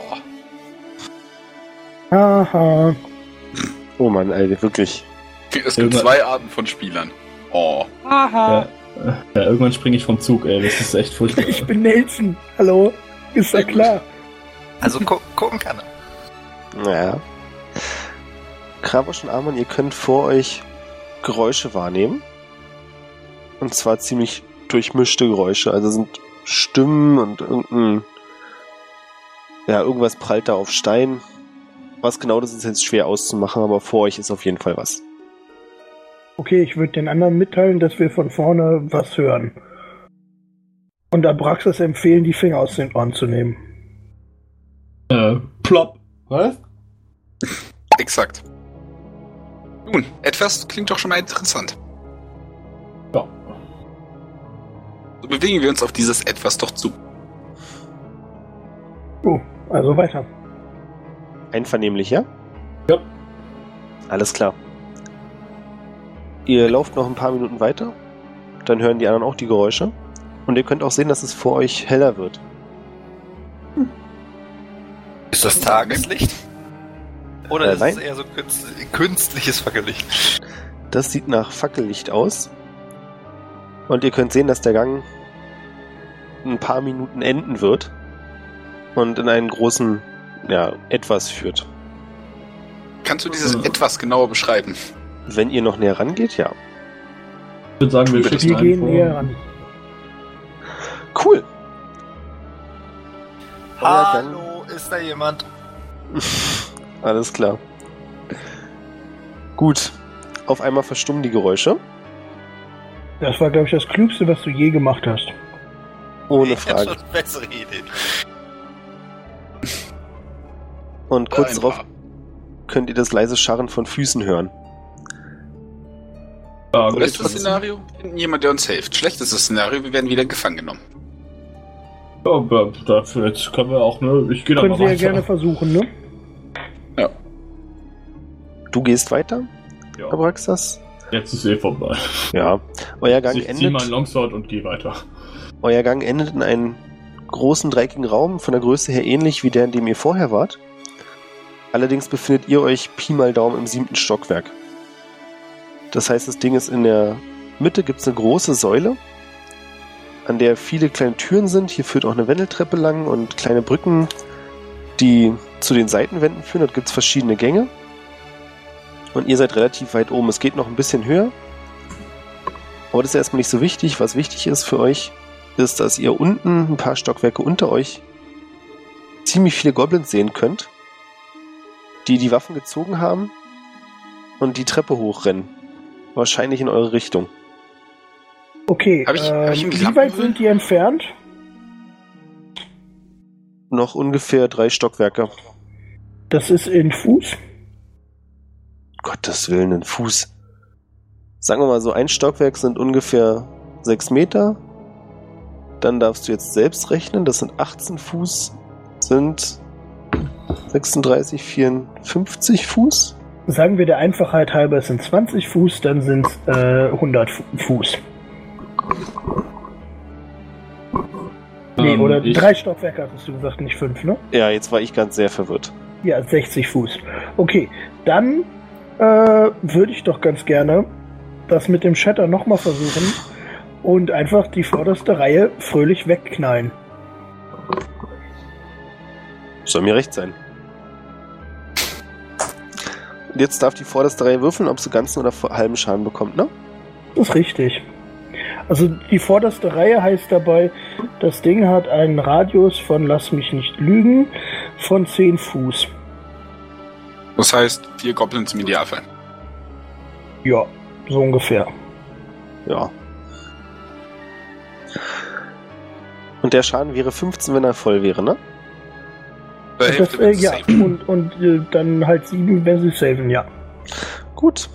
Aha. Oh Mann, Alter, wirklich. Es gibt zwei Arten von Spielern. Oh. Ja, irgendwann springe ich vom Zug, ey. Das ist echt furchtbar. Ich bin Nelson. Hallo? Ist ja klar. Also gucken kann er. Naja. Kravosch und Amon, ihr könnt vor euch Geräusche wahrnehmen. Und zwar ziemlich durchmischte Geräusche. Also sind Stimmen und irgendwas prallt da auf Stein. Was genau das ist jetzt schwer auszumachen, aber vor euch ist auf jeden Fall was. Okay, ich würde den anderen mitteilen, dass wir von vorne was hören. Und Abraxas empfehlen, die Finger aus den Ohren zu nehmen. Plopp. Was? Exakt. Nun, etwas klingt doch schon mal interessant. Ja. So bewegen wir uns auf dieses Etwas doch zu. Also weiter. Einvernehmlich, ja? Ja. Alles klar. Ihr lauft noch ein paar Minuten weiter. Dann hören die anderen auch die Geräusche. Und ihr könnt auch sehen, dass es vor euch heller wird. Ist das Tageslicht? Oder ist nein. es eher so künstliches Fackellicht? Das sieht nach Fackellicht aus. Und ihr könnt sehen, dass der Gang ein paar Minuten enden wird und in einen großen, etwas führt. Kannst du dieses etwas genauer beschreiben? Wenn ihr noch näher rangeht, ja. Ich würde sagen, wir schicken Wir einen gehen vor. näher ran. Cool. Euer Gang- Hallo, ist da jemand? Alles klar. Gut. Auf einmal verstummen die Geräusche. Das war, glaube ich, das Klügste, was du je gemacht hast. Ohne Ich hab Frage. schon bessere Ideen. Und kurz Ein darauf paar. könnt ihr das leise Scharren von Füßen hören. Ja, gut. Bestes Szenario? Jemand, der uns hilft. Schlechtes Szenario, wir werden wieder gefangen genommen. Ja, aber dafür jetzt können wir auch, ne? Ich gehe da Können mal Sie ja weiter. gerne versuchen, ne? Du gehst weiter, Ja, Abraxas? jetzt ist vorbei. Ja. Euer Gang Ich zieh meinen endet. Longsword und gehe weiter. Euer Gang endet in einem großen dreieckigen Raum, von der Größe her ähnlich wie der, in dem ihr vorher wart. Allerdings befindet ihr euch Pi mal Daumen im 7. Stockwerk. Das heißt, das Ding ist in der Mitte, gibt es eine große Säule, an der viele kleine Türen sind. Hier führt auch eine Wendeltreppe lang und kleine Brücken, die zu den Seitenwänden führen. Dort gibt es verschiedene Gänge. Und ihr seid relativ weit oben. Es geht noch ein bisschen höher. Aber das ist erstmal nicht so wichtig. Was wichtig ist für euch, ist, dass ihr unten, ein paar Stockwerke unter euch, ziemlich viele Goblins sehen könnt, die die Waffen gezogen haben und die Treppe hochrennen. Wahrscheinlich in eure Richtung. Okay, Hab ich einen wie weit Gesamtwürfel? sind die entfernt? Noch ungefähr 3 Stockwerke. Das ist in Fuß. Gottes Willen, ein Fuß. Sagen wir mal so, ein Stockwerk sind ungefähr 6 Meter. Dann darfst du jetzt selbst rechnen, das sind 18 Fuß, sind 36, 54 Fuß. Sagen wir der Einfachheit halber, es sind 20 Fuß, dann sind es 100 Fuß. Nee, oder 3 Stockwerke hattest du gesagt, nicht 5, ne? Ja, jetzt war ich ganz sehr verwirrt. Ja, 60 Fuß. Okay, dann würde ich doch ganz gerne das mit dem Shatter nochmal versuchen und einfach die vorderste Reihe fröhlich wegknallen. Soll mir recht sein. Und jetzt darf die vorderste Reihe würfeln, ob sie ganzen oder halben Schaden bekommt, ne? Das ist richtig. Also die vorderste Reihe heißt dabei, das Ding hat einen Radius von, lass mich nicht lügen, von 10 Fuß. Das heißt, 4 Goblins im Idealfall. Ja, so ungefähr. Ja. Und der Schaden wäre 15, wenn er voll wäre, ne? Der Das, Hälfte wenn sie ja, safen. und dann halt 7, wenn sie saven, ja. Gut.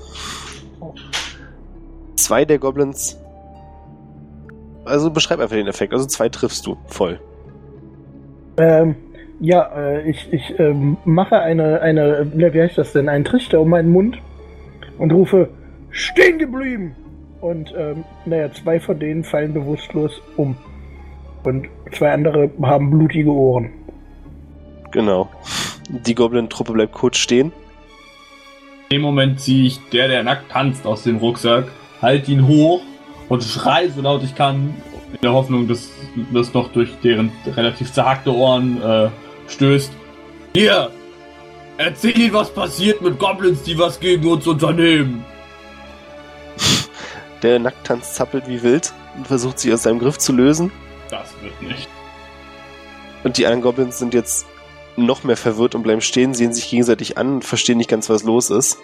2 der Goblins. Also beschreib einfach den Effekt. Also 2 triffst du voll. Ich mache eine, wie heißt das denn, einen Trichter um meinen Mund und rufe, stehen geblieben! Und, 2 von denen fallen bewusstlos um. Und 2 andere haben blutige Ohren. Genau. Die Goblin-Truppe bleibt kurz stehen. In dem Moment ziehe ich der nackt tanzt, aus dem Rucksack, halt ihn hoch und schrei so laut ich kann, in der Hoffnung, dass das noch durch deren relativ zerhackte Ohren stößt. Hier! Erzähl ihnen, was passiert mit Goblins, die was gegen uns unternehmen! Der Nacktanz zappelt wie wild und versucht sich aus seinem Griff zu lösen. Das wird nicht. Und die anderen Goblins sind jetzt noch mehr verwirrt und bleiben stehen, sehen sich gegenseitig an und verstehen nicht ganz, was los ist.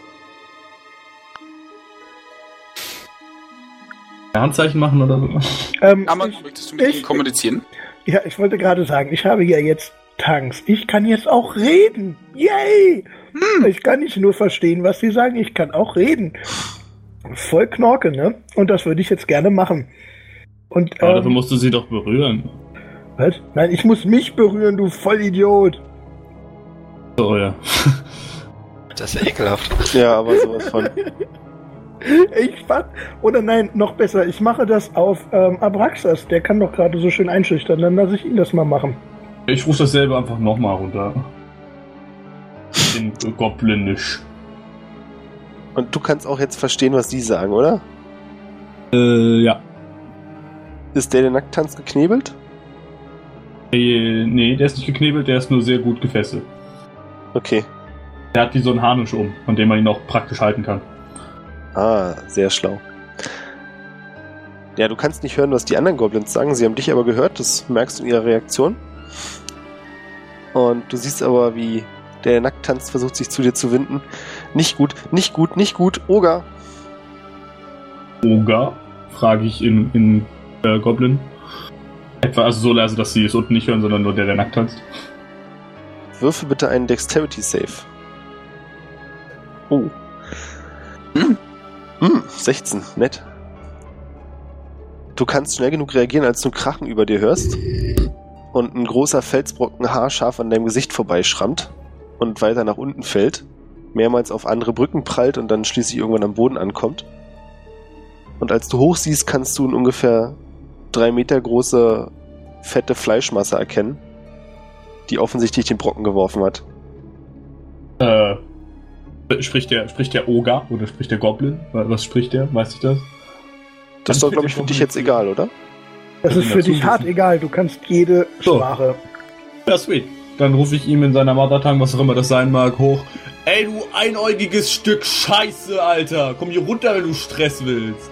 Handzeichen machen oder so? Aber möchtest du mit ihnen kommunizieren? Ja, ich wollte gerade sagen, ich habe ja jetzt Tanks. Ich kann jetzt auch reden. Yay! Ich kann nicht nur verstehen, was sie sagen, ich kann auch reden. Voll Knorke, ne? Und das würde ich jetzt gerne machen. Und, Aber dafür musst du sie doch berühren. Was? Nein, ich muss mich berühren, du Vollidiot. So, ja. Das ist ja ekelhaft. Ja, aber sowas von. Oder nein, noch besser, ich mache das auf Abraxas. Der kann doch gerade so schön einschüchtern. Dann lasse ich ihn das mal machen. Ich rufe dasselbe einfach nochmal runter. Goblinisch. Und du kannst auch jetzt verstehen, was die sagen, oder? Ja. Ist der Nackttanz geknebelt? Nee, der ist nicht geknebelt, der ist nur sehr gut gefesselt. Okay. Der hat wie so einen Harnisch um, von dem man ihn auch praktisch halten kann. Ah, sehr schlau. Ja, du kannst nicht hören, was die anderen Goblins sagen. Sie haben dich aber gehört, das merkst du in ihrer Reaktion. Und du siehst aber, wie der Nackttanz versucht, sich zu dir zu winden. Nicht gut, nicht gut, nicht gut. Oger! Oger? Frage ich in Goblin. Etwa also so leise, dass sie es unten nicht hören, sondern nur der nackt tanzt. Würfel bitte einen Dexterity-Save. Oh. 16, nett. Du kannst schnell genug reagieren, als du ein Krachen über dir hörst und ein großer Felsbrocken haarscharf an deinem Gesicht vorbeischrammt und weiter nach unten fällt, mehrmals auf andere Brücken prallt und dann schließlich irgendwann am Boden ankommt. Und als du hochsiehst, kannst du eine ungefähr 3 Meter große, fette Fleischmasse erkennen, die offensichtlich den Brocken geworfen hat. Spricht der Oger oder spricht der Goblin? Was spricht der? Weiß ich das? Das ist doch, glaube ich, für dich jetzt egal, oder? Das ist für dich hart egal, du kannst jede Sprache. Ja, sweet. Dann rufe ich ihm in seiner Mother Tongue, was auch immer das sein mag, hoch. Ey, du einäugiges Stück Scheiße, Alter! Komm hier runter, wenn du Stress willst.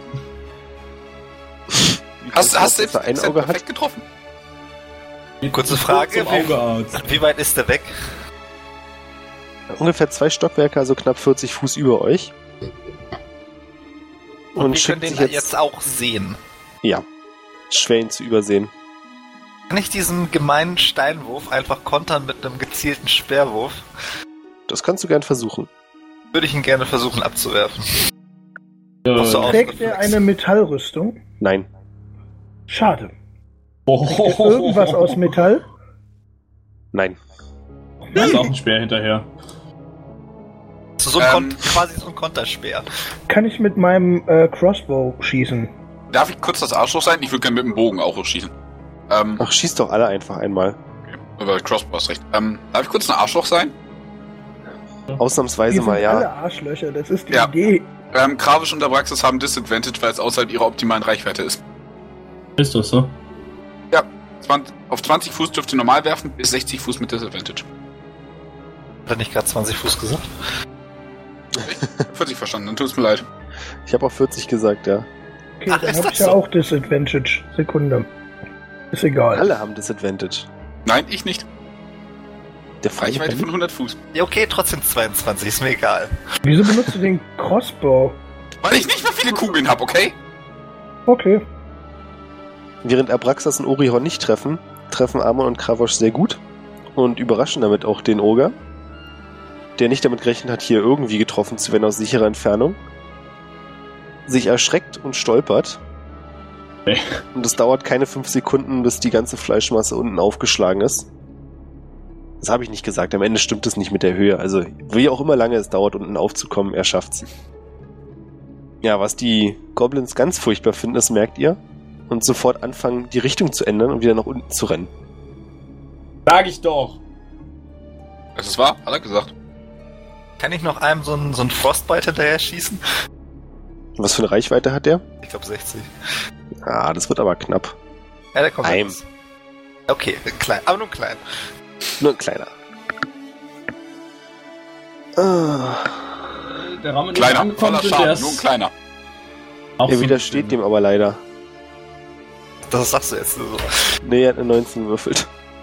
Hast du jetzt ein Auge perfekt getroffen? Kurze Frage, Zum Augearzt. wie weit ist der weg? Ungefähr 2 Stockwerke, also knapp 40 Fuß über euch. Und wir schickt können den sich jetzt auch sehen. Ja, schwer ihn zu übersehen. Kann ich diesen gemeinen Steinwurf einfach kontern mit einem gezielten Speerwurf? Das kannst du gern versuchen. Würde ich ihn gerne versuchen abzuwerfen. Auch so aus Trägt er Reflex. eine Metallrüstung? Nein. Schade. Oh, Irgendwas aus Metall? Nein. Da ist auch ein Speer hinterher. So quasi so ein Konterspeer. Kann ich mit meinem Crossbow schießen? Darf ich kurz das Arschloch sein? Ich würde gerne mit dem Bogen auch schießen. Ach, schieß doch alle einfach einmal. Aber Crossbow hast recht. Darf ich kurz ein Arschloch sein? Ausnahmsweise Die sind mal, ja. alle Arschlöcher, das ist die Ja. Idee. Kravish und Abraxas haben Disadvantage, weil es außerhalb ihrer optimalen Reichweite ist. Ist das so? Ja, auf 20 Fuß dürft ihr normal werfen, bis 60 Fuß mit Disadvantage. Hat nicht gerade 20 Fuß gesagt? 40 verstanden, dann tut's mir leid. Ich habe auch 40 gesagt, ja. Okay, Ach, dann ist hab das ich ja so? auch Disadvantage. Sekunde. Ist egal. Alle haben Disadvantage. Nein, ich nicht. Der freie Reichweite Penny? von 100 Fuß. Ja, okay, trotzdem 22, ist mir egal. Wieso benutzt du den Crossbow? Weil ich nicht mehr viele Kugeln habe, okay? Okay. Während Abraxas und Orihon nicht treffen Amon und Kravosch sehr gut und überraschen damit auch den Oger, der nicht damit gerechnet hat, hier irgendwie getroffen zu werden aus sicherer Entfernung, sich erschreckt und stolpert. Okay. Und es dauert keine 5 Sekunden, bis die ganze Fleischmasse unten aufgeschlagen ist. Das habe ich nicht gesagt, am Ende stimmt es nicht mit der Höhe. Also, wie auch immer lange es dauert, unten aufzukommen, er schafft's. Ja, was die Goblins ganz furchtbar finden, das merkt ihr. Und sofort anfangen, die Richtung zu ändern und wieder nach unten zu rennen. Sag ich doch! Das ist wahr, hat er gesagt. Kann ich noch einem so einen Frostbite hinterher schießen? Was für eine Reichweite hat der? Ich glaube 60. Ah, das wird aber knapp. Ja, der kommt Einem. raus. Okay, klein, aber nur klein. Nur ein kleiner. Ah, Der Rahmen ist Kleiner, angekommen, voller sind Schaden, erst nur ein kleiner. auch er so- widersteht dem aber leider. Das sagst du jetzt nur so. Nee, er hat eine 19 gewürfelt.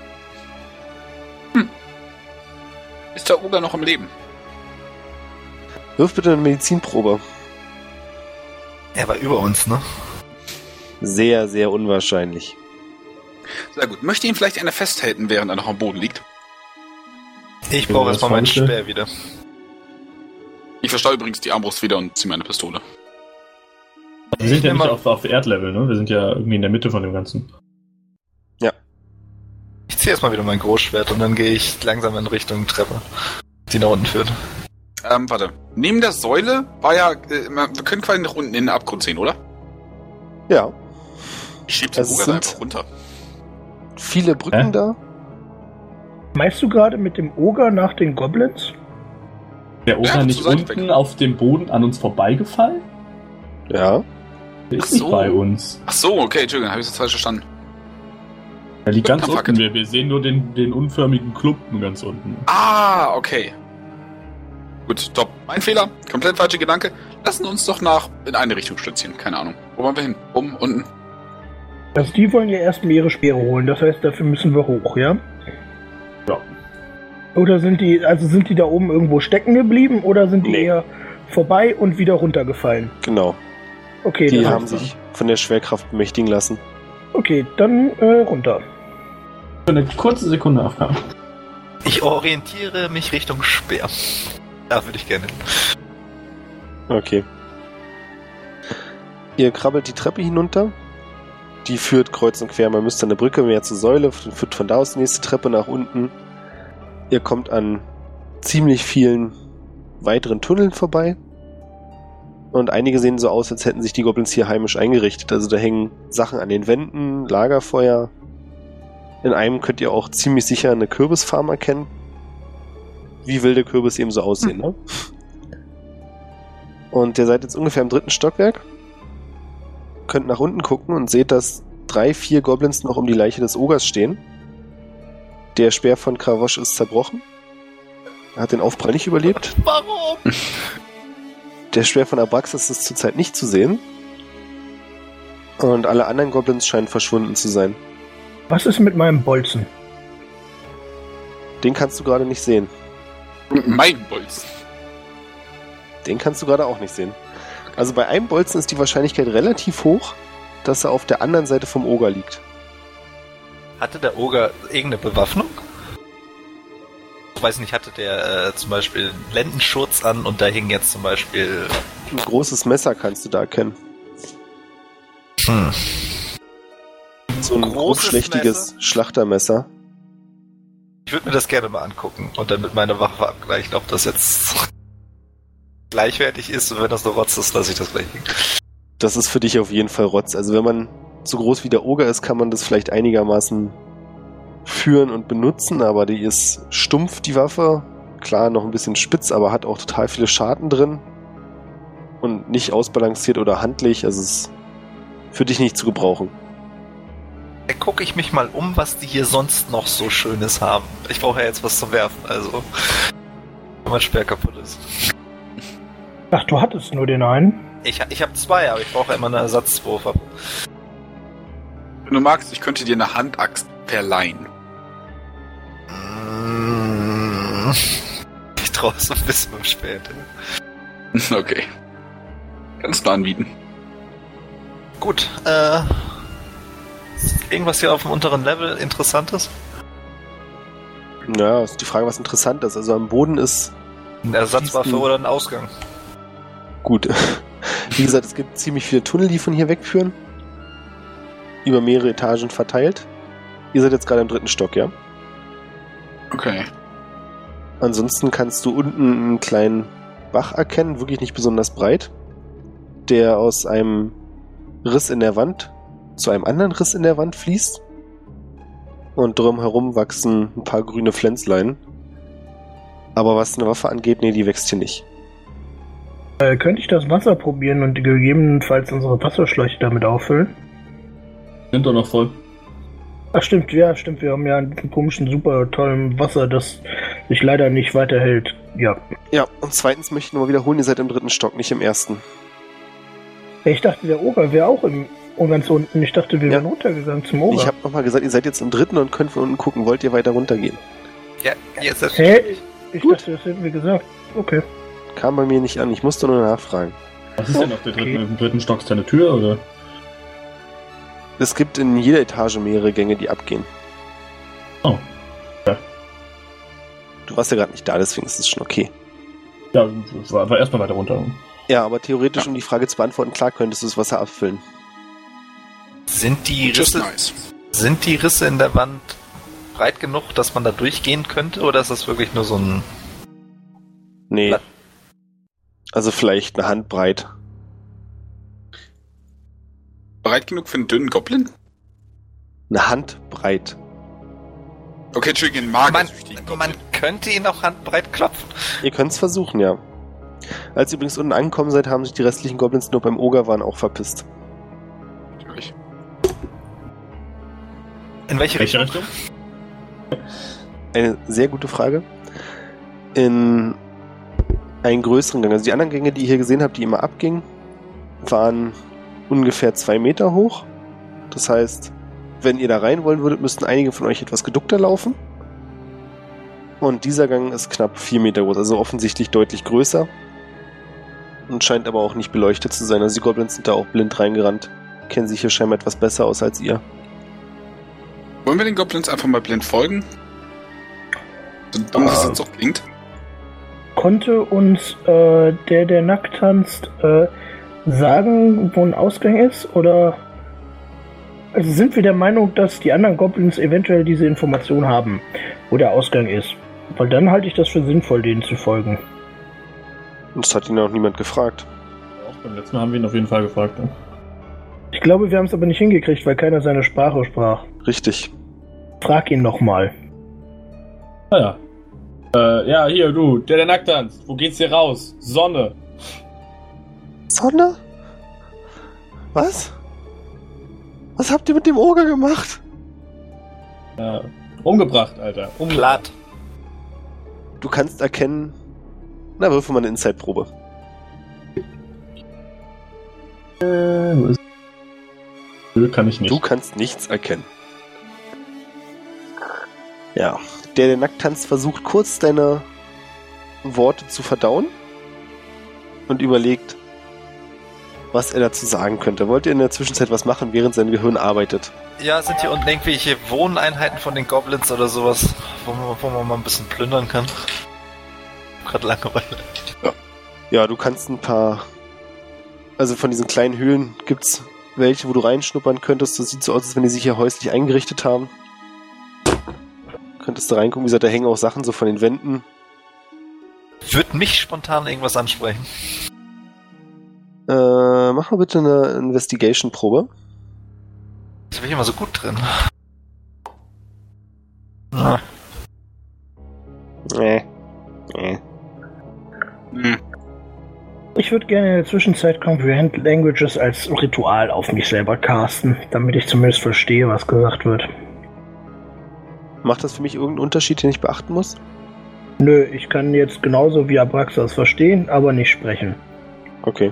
Ist der Oger noch am Leben? Wirf bitte eine Medizinprobe. Er war über uns, ne? Sehr, sehr unwahrscheinlich. Sehr gut. Möchte ihn vielleicht einer festhalten, während er noch am Boden liegt? Ich Ja, brauche das erstmal meinen Fausche. Speer wieder. Ich verstaue übrigens die Armbrust wieder und ziehe meine Pistole. Wir sind Ich ja nehm nicht mal- auf Erdlevel, ne? Wir sind ja irgendwie in der Mitte von dem Ganzen. Ich ziehe erstmal wieder mein Großschwert und dann gehe ich langsam in Richtung Treppe, die nach unten führt. Warte. Neben der Säule war ja, wir können quasi nach unten in den Abgrund sehen, oder? Ja, Ich schieb den Es Oger da sind- einfach runter. viele Brücken Hä? da. Meinst du gerade mit dem Oger nach den Goblins? Der Oger Ja, nicht zur Seite unten weg. auf dem Boden an uns vorbeigefallen? Ja. Der ist Ach so. nicht bei uns. Ach so, okay, Entschuldigung, habe ich das falsch verstanden. Er liegt ganz Fuck unten. it. Wir sehen nur den unförmigen Klumpen ganz unten. Ah, okay. Gut, top. Mein Fehler, komplett falscher Gedanke. Lassen uns doch in eine Richtung stützen. Keine Ahnung. Wo wollen wir hin? Oben, unten? Also die wollen ja erstmal ihre Speere holen, das heißt, dafür müssen wir hoch, ja? Ja. Oder sind die da oben irgendwo stecken geblieben oder sind die Nee. eher vorbei und wieder runtergefallen? Genau. Okay, Die das haben heißt, sich von der Schwerkraft bemächtigen lassen. Okay, dann runter. Für eine kurze Sekunde aufgaben. Ich orientiere mich Richtung Speer. Da würde ich gerne hin. Okay. Ihr krabbelt die Treppe hinunter. Die führt kreuz und quer. Man müsste eine Brücke mehr zur Säule, führt von da aus die nächste Treppe nach unten. Ihr kommt an ziemlich vielen weiteren Tunneln vorbei. Und einige sehen so aus, als hätten sich die Goblins hier heimisch eingerichtet. Also da hängen Sachen an den Wänden, Lagerfeuer. In einem könnt ihr auch ziemlich sicher eine Kürbisfarm erkennen. Wie wilde Kürbis eben so aussehen, ne? Und ihr seid jetzt ungefähr im 3. Stockwerk. Könnt nach unten gucken und seht, dass 3, 4 Goblins noch um die Leiche des Ogers stehen. Der Speer von Kravosch ist zerbrochen. Er hat den Aufprall nicht überlebt. Warum? Der Speer von Abraxas ist zurzeit nicht zu sehen. Und alle anderen Goblins scheinen verschwunden zu sein. Was ist mit meinem Bolzen? Den kannst du gerade nicht sehen. Mein Bolz. Den kannst du gerade auch nicht sehen. Also bei einem Bolzen ist die Wahrscheinlichkeit relativ hoch, dass er auf der anderen Seite vom Oger liegt. Hatte der Oger irgendeine Bewaffnung? Ich weiß nicht, hatte der zum Beispiel einen Lendenschurz an und da hing jetzt zum Beispiel... Ein großes Messer kannst du da erkennen. So ein Großes grobschlächtiges Schlachtermesser. Ich würde mir das gerne mal angucken und dann mit meiner Waffe abgleichen, ob das jetzt gleichwertig ist und wenn das nur Rotz ist, lasse ich das gleich liegen. Das ist für dich auf jeden Fall Rotz. Also wenn man so groß wie der Oger ist, kann man das vielleicht einigermaßen führen und benutzen, aber die ist stumpf, die Waffe. Klar, noch ein bisschen spitz, aber hat auch total viele Scharten drin. Und nicht ausbalanciert oder handlich, also es ist für dich nicht zu gebrauchen. Da gucke ich mich mal um, was die hier sonst noch so Schönes haben. Ich brauche ja jetzt was zum Werfen, also wenn mein Speer kaputt ist. Ach, du hattest nur den einen? Ich habe 2, aber ich brauche ja immer eine Ersatzwurf. Wenn du magst, ich könnte dir eine Handaxt verleihen. Ich traue es ein bisschen beim Speer. Okay. Kannst du anbieten. Gut, ist irgendwas hier auf dem unteren Level Interessantes? Ja, ist die Frage, was interessant ist. Also am Boden ist Eine Ersatzwaffe oder ein Ausgang? gut. Wie gesagt, es gibt ziemlich viele Tunnel, die von hier wegführen. Über mehrere Etagen verteilt. Ihr seid jetzt gerade im 3. Stock, ja? Okay. Ansonsten kannst du unten einen kleinen Bach erkennen, wirklich nicht besonders breit, der aus einem Riss in der Wand zu einem anderen Riss in der Wand fließt. Und drumherum wachsen ein paar grüne Pflänzlein. Aber was eine Waffe angeht, nee, die wächst hier nicht. Könnte ich das Wasser probieren und gegebenenfalls unsere Wasserschläuche damit auffüllen? Sind doch noch voll. Ach stimmt, ja, stimmt. Wir haben ja einen komischen, super tollen Wasser, das sich leider nicht weiterhält. Ja. Ja, und zweitens möchte ich nur mal wiederholen, ihr seid im 3. Stock, nicht im 1. Ich dachte, der Oger wäre auch ganz unten. Ich dachte, wir wären runtergegangen zum Oger. Ich habe nochmal gesagt, ihr seid jetzt im 3. und könnt von unten gucken. Wollt ihr weiter runtergehen? Ja, jetzt ist Hä? Ich dachte, das hätten wir gesagt. Okay. Kam bei mir nicht an, ich musste nur nachfragen. Was ist denn auf der Okay. im 3. Stock? Ist da eine Tür, oder? Es gibt in jeder Etage mehrere Gänge, die abgehen. Oh. Ja. Du warst ja gerade nicht da, deswegen ist es schon okay. Ja, war erstmal weiter runter. Ja, aber theoretisch, um die Frage zu beantworten, klar könntest du das Wasser abfüllen. Sind die Just Risse, nice. sind die Risse in der Wand breit genug, dass man da durchgehen könnte, oder ist das wirklich nur so ein... Nee. Blatt. Also vielleicht eine Handbreit. Breit genug für einen dünnen Goblin? Eine Handbreit. Okay, Entschuldigung, magersüchtigen Man könnte ihn auch handbreit klopfen. Ihr könnt es versuchen, ja. Als ihr übrigens unten angekommen seid, haben sich die restlichen Goblins, die nur beim Oger waren, auch verpisst. Natürlich. In welche Welche Richtung? Richtung? Eine sehr gute Frage. In einen größeren Gang. Also die anderen Gänge, die ihr hier gesehen habt, die immer abgingen, waren ungefähr 2 Meter hoch. Das heißt, wenn ihr da rein wollen würdet, müssten einige von euch etwas geduckter laufen. Und dieser Gang ist knapp 4 Meter groß, also offensichtlich deutlich größer. Und scheint aber auch nicht beleuchtet zu sein. Also die Goblins sind da auch blind reingerannt. Kennen sich hier scheinbar etwas besser aus als ihr. Wollen wir den Goblins einfach mal blind folgen? So dumm, dass das doch klingt. Konnte uns der nackt tanzt, sagen, wo ein Ausgang ist? Oder also sind wir der Meinung, dass die anderen Goblins eventuell diese Information haben, wo der Ausgang ist? Weil dann halte ich das für sinnvoll, denen zu folgen. Und das hat ihn auch niemand gefragt. Auch beim letzten Mal haben wir ihn auf jeden Fall gefragt. Ne? Ich glaube, wir haben es aber nicht hingekriegt, weil keiner seine Sprache sprach. Richtig. Frag ihn nochmal. Naja. Ja, hier, du, der nackt tanzt. Wo geht's hier raus? Sonne. Sonne? Was? Was habt ihr mit dem Oger gemacht? Umgebracht, Alter. Platt. Du kannst erkennen... Na, würfel mal eine Inside-Probe. Kann ich nicht. Du kannst nichts erkennen. Ja. Der nackt tanzt, versucht kurz deine Worte zu verdauen und überlegt, was er dazu sagen könnte. Wollt ihr in der Zwischenzeit was machen, während sein Gehirn arbeitet? Ja, sind hier unten irgendwelche Wohneinheiten von den Goblins oder sowas, wo man mal ein bisschen plündern kann? Gerade Langeweile. Ja, du kannst ein paar... Also von diesen kleinen Höhlen gibt's welche, wo du reinschnuppern könntest. Das sieht so aus, als wenn die sich hier häuslich eingerichtet haben. Könntest du reingucken, wie gesagt, da hängen auch Sachen so von den Wänden. Würde mich spontan irgendwas ansprechen. Mach mal bitte eine Investigation-Probe. Da bin ich immer so gut drin. Na. Nee. Ich würde gerne in der Zwischenzeit Comprehend Languages als Ritual auf mich selber casten, damit ich zumindest verstehe, was gesagt wird. Macht das für mich irgendeinen Unterschied, den ich beachten muss? Nö, ich kann jetzt genauso wie Abraxas verstehen, aber nicht sprechen. Okay.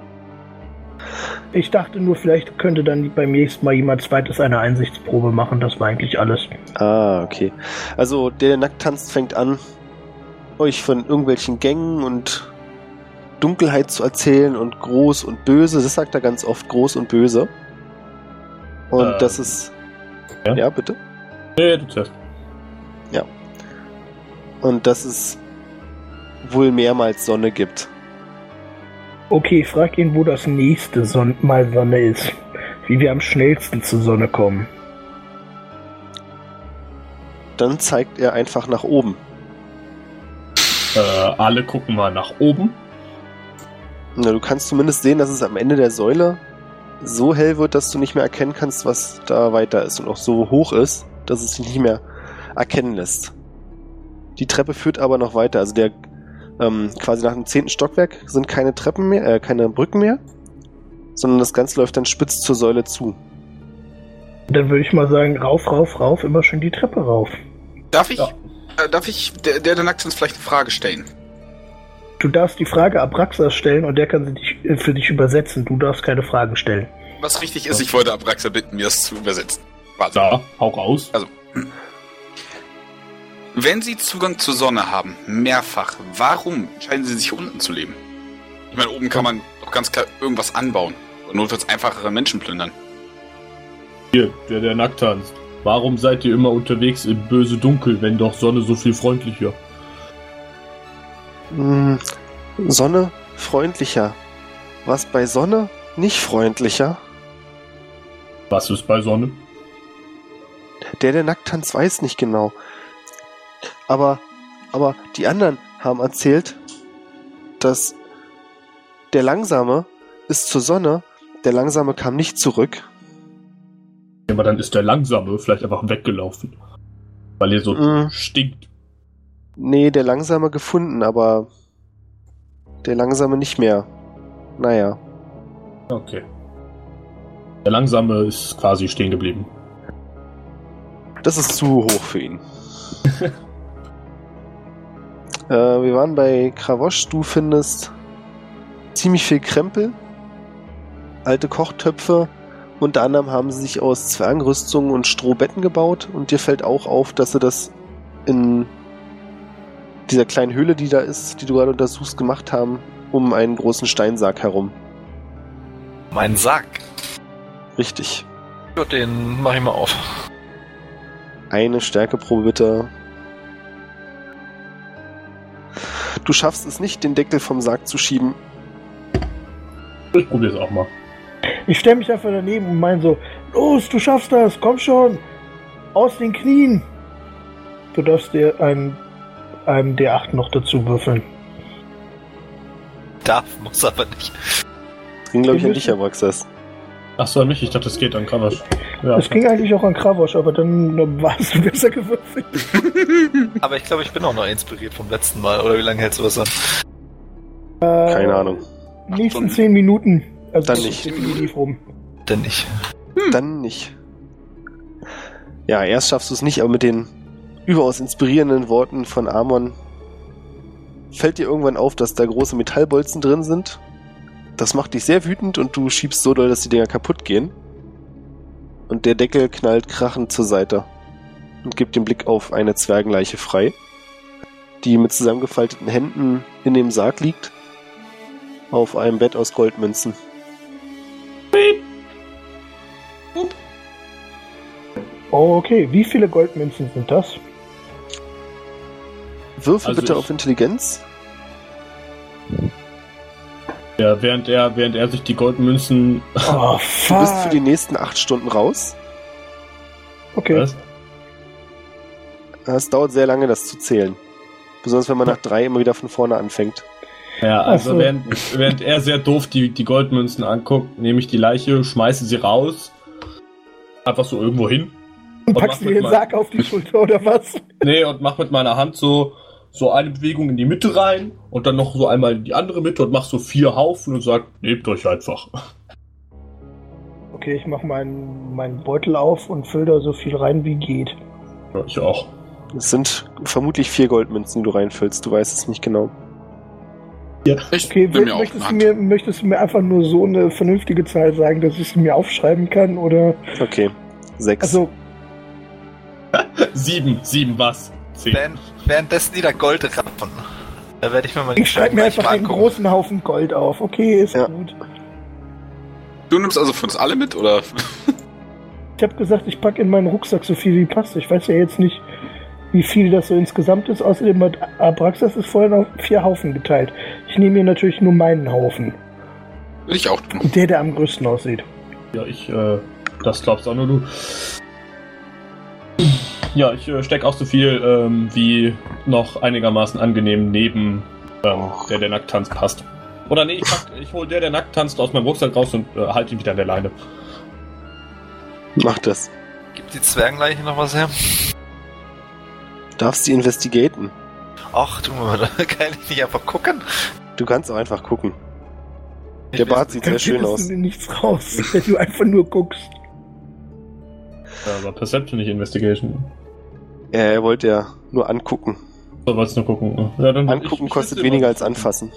Ich dachte nur, vielleicht könnte dann beim nächsten Mal jemand zweites eine Einsichtsprobe machen, das war eigentlich alles. Ah, okay. Also der nackt tanzt fängt an, euch von irgendwelchen Gängen und Dunkelheit zu erzählen und groß und böse. Das sagt er ganz oft, groß und böse. Und das ist... Ja? Ja, bitte? Nee, du zuerst. Ja. Und dass es wohl mehrmals Sonne gibt. Okay, frag ihn, wo das nächste Mal Sonne ist. Wie wir am schnellsten zur Sonne kommen. Dann zeigt er einfach nach oben. Alle gucken mal nach oben. Na, du kannst zumindest sehen, dass es am Ende der Säule so hell wird, dass du nicht mehr erkennen kannst, was da weiter ist. Und auch so hoch ist, dass es sich nicht mehr erkennen lässt. Die Treppe führt aber noch weiter. Also der quasi nach dem 10. Stockwerk sind keine Treppen mehr, keine Brücken mehr, sondern das Ganze läuft dann spitz zur Säule zu. Dann würde ich mal sagen, rauf, rauf, rauf, immer schön die Treppe rauf. Darf ich, Ja. der nackt uns vielleicht eine Frage stellen? Du darfst die Frage Abraxas stellen und der kann sie für dich übersetzen. Du darfst keine Fragen stellen. Was richtig ist, ich wollte Abraxa bitten, mir das zu übersetzen. Quasi. Da, hau raus. Also, wenn Sie Zugang zur Sonne haben, mehrfach, warum entscheiden Sie sich hier unten zu leben? Ich meine, oben kann man doch ganz klar irgendwas anbauen. Und nur wird's einfachere Menschen plündern. Hier, der nackt tanzt. Warum seid ihr immer unterwegs im böse Dunkel, wenn doch Sonne so viel freundlicher? Sonne freundlicher. Was bei Sonne nicht freundlicher? Was ist bei Sonne? Der nackt tanzt, weiß nicht genau. Aber die anderen haben erzählt, dass der Langsame ist zur Sonne, der Langsame kam nicht zurück. Aber dann ist der Langsame vielleicht einfach weggelaufen. Weil ihr so stinkt. Nee, der Langsame gefunden, aber der Langsame nicht mehr. Naja. Okay. Der Langsame ist quasi stehen geblieben. Das ist zu hoch für ihn. Wir waren bei Kravosch. Du findest ziemlich viel Krempel, alte Kochtöpfe. Unter anderem haben sie sich aus Zwergenrüstungen und Strohbetten gebaut. Und dir fällt auch auf, dass sie das in dieser kleinen Höhle, die da ist, die du gerade untersuchst, gemacht haben, um einen großen Steinsarg herum. Mein Sarg. Richtig. Ja, den mach ich mal auf. Eine Stärkeprobe bitte. Du schaffst es nicht, den Deckel vom Sarg zu schieben. Ich probiere es auch mal. Ich stelle mich einfach daneben und meine so, los, du schaffst das, komm schon, aus den Knien. Du darfst dir einen D8 noch dazu würfeln. Darf, muss aber nicht. Das ging, glaube ich, an dich, Abraxas. Achso, an mich, ich dachte, es geht an Kravosch. Ja. Das ging eigentlich auch an Kravosch, aber dann warst du besser gewürfelt. Aber ich glaube, ich bin auch noch inspiriert vom letzten Mal. Oder wie lange hältst du was an? Keine Ahnung. Nächsten 10 Minuten. Also Dann nicht. Lief rum. Denn nicht. Dann nicht. Ja, erst schaffst du es nicht, aber mit den überaus inspirierenden Worten von Amon fällt dir irgendwann auf, dass da große Metallbolzen drin sind. Das macht dich sehr wütend und du schiebst so doll, dass die Dinger kaputt gehen. Und der Deckel knallt krachend zur Seite und gibt den Blick auf eine Zwergenleiche frei, die mit zusammengefalteten Händen in dem Sarg liegt, auf einem Bett aus Goldmünzen. Okay, wie viele Goldmünzen sind das? Würfel Also bitte ich- auf Intelligenz. Ja, während er sich die Goldmünzen. Oh, Du fuck. bist für die nächsten 8 Stunden raus. Okay. Was? Es dauert sehr lange, das zu zählen. Besonders wenn man nach 3 immer wieder von vorne anfängt. Ja, also Ach so. während er sehr doof die Goldmünzen anguckt, nehme ich die Leiche, schmeiße sie raus. Einfach so irgendwo hin. Und Und packst mach dir den mit Sarg auf die Schulter oder was? Nee, und mach mit meiner Hand so eine Bewegung in die Mitte rein und dann noch so einmal in die andere Mitte und mach so 4 Haufen und sag, nehmt euch einfach. Okay, ich mach meinen Beutel auf und füll da so viel rein wie geht. Ja, ich auch. Es sind vermutlich 4 Goldmünzen, die du reinfüllst. Du weißt es nicht genau. Ich Okay, bin mir auch möchtest du mir einfach nur so eine vernünftige Zahl sagen, dass ich sie mir aufschreiben kann? Oder. Okay. 6. Also, 7 was? 10. Währenddessen die da Goldrappen. Da werde ich mir mal ich schreibe mir gleich einfach mal einen angucken. großen Haufen Gold auf. Okay, ist Ja. gut. Du nimmst also für uns alle mit, oder? Ich habe gesagt, ich packe in meinen Rucksack so viel wie passt. Ich weiß ja jetzt nicht, wie viel das so insgesamt ist. Außerdem hat Abraxas es vorhin auf 4 Haufen geteilt. Ich nehme hier natürlich nur meinen Haufen. Will ich auch tun. Der am größten aussieht. Ja, das glaubst auch nur du. Ja, ich steck auch so viel, wie noch einigermaßen angenehm neben der nackt tanzt, passt. Oder nee, ich hol der nackt tanzt aus meinem Rucksack raus und halte ihn wieder an der Leine. Mach das. Gibt die Zwergenleiche noch was her? Darfst die investigaten. Ach du, da kann ich nicht einfach gucken. Du kannst auch einfach gucken. Der Bart sieht sehr schön aus. Du nichts raus, wenn du einfach nur guckst. Ja, aber Perception, nicht Investigation. Er wollte ja nur angucken. So, wolltest nur gucken. Ja, dann Angucken ich kostet wüsste weniger immer- als anfassen.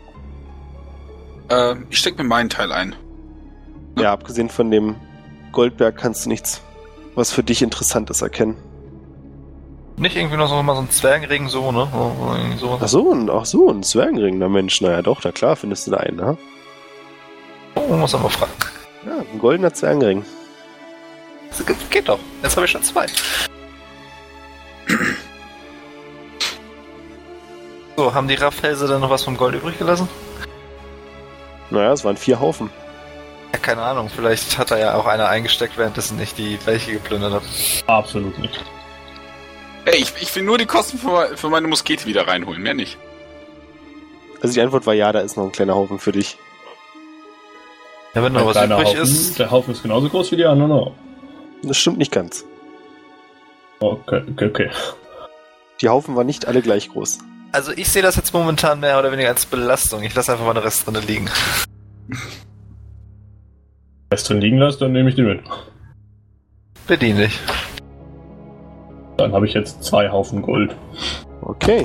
Ich steck mir meinen Teil ein. Ja, abgesehen von dem Goldberg kannst du nichts, was für dich Interessantes erkennen. Nicht irgendwie noch so mal so ein Zwergenring so, ne? Irgendwie so. Ach so, ein Zwergenring, na Mensch, naja doch, na klar findest du da einen, ne? Oh, muss aber fragen. Ja, ein goldener Zwergenring. Das geht doch. Jetzt habe ich schon 2. So, haben die Raffhälse dann noch was vom Gold übrig gelassen? Naja, es waren 4 Haufen. Ja, keine Ahnung. Vielleicht hat da ja auch einer eingesteckt, währenddessen nicht die Leiche geplündert hat. Absolut nicht. Ey, ich will nur die Kosten für meine Muskete wieder reinholen, mehr nicht. Also die Antwort war ja, da ist noch ein kleiner Haufen für dich. Ja, wenn noch Ein was kleiner übrig Haufen, ist. der Haufen ist genauso groß wie die anderen auch. Das stimmt nicht ganz. Okay. Die Haufen waren nicht alle gleich groß. Also ich sehe das jetzt momentan mehr oder weniger als Belastung. Ich lasse einfach mal den Rest drin liegen. Rest drin liegen lässt, dann nehme ich den mit. Bediene dich. Dann habe ich jetzt 2 Haufen Gold. Okay.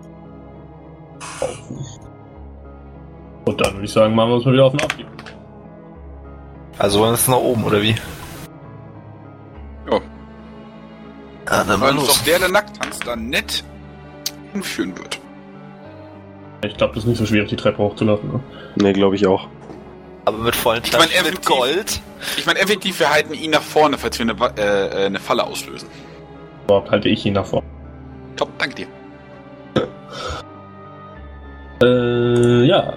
Und dann würde ich sagen, machen wir uns mal wieder auf den Abgeben. Also wollen wir jetzt nach oben, oder wie? Ja. Ja, dann mal Weil uns los. doch der Nackttanz da nett hinführen wird. Ich glaube, das ist nicht so schwierig, die Treppe hochzulaufen. Ne? Ne, glaube ich auch. Aber mit vollen Ich mein, Taschen mit effektiv- Gold. Ich meine, effektiv, wir halten ihn nach vorne, falls wir eine Falle auslösen. Überhaupt halte ich ihn nach vorne. Top, danke dir. Ja.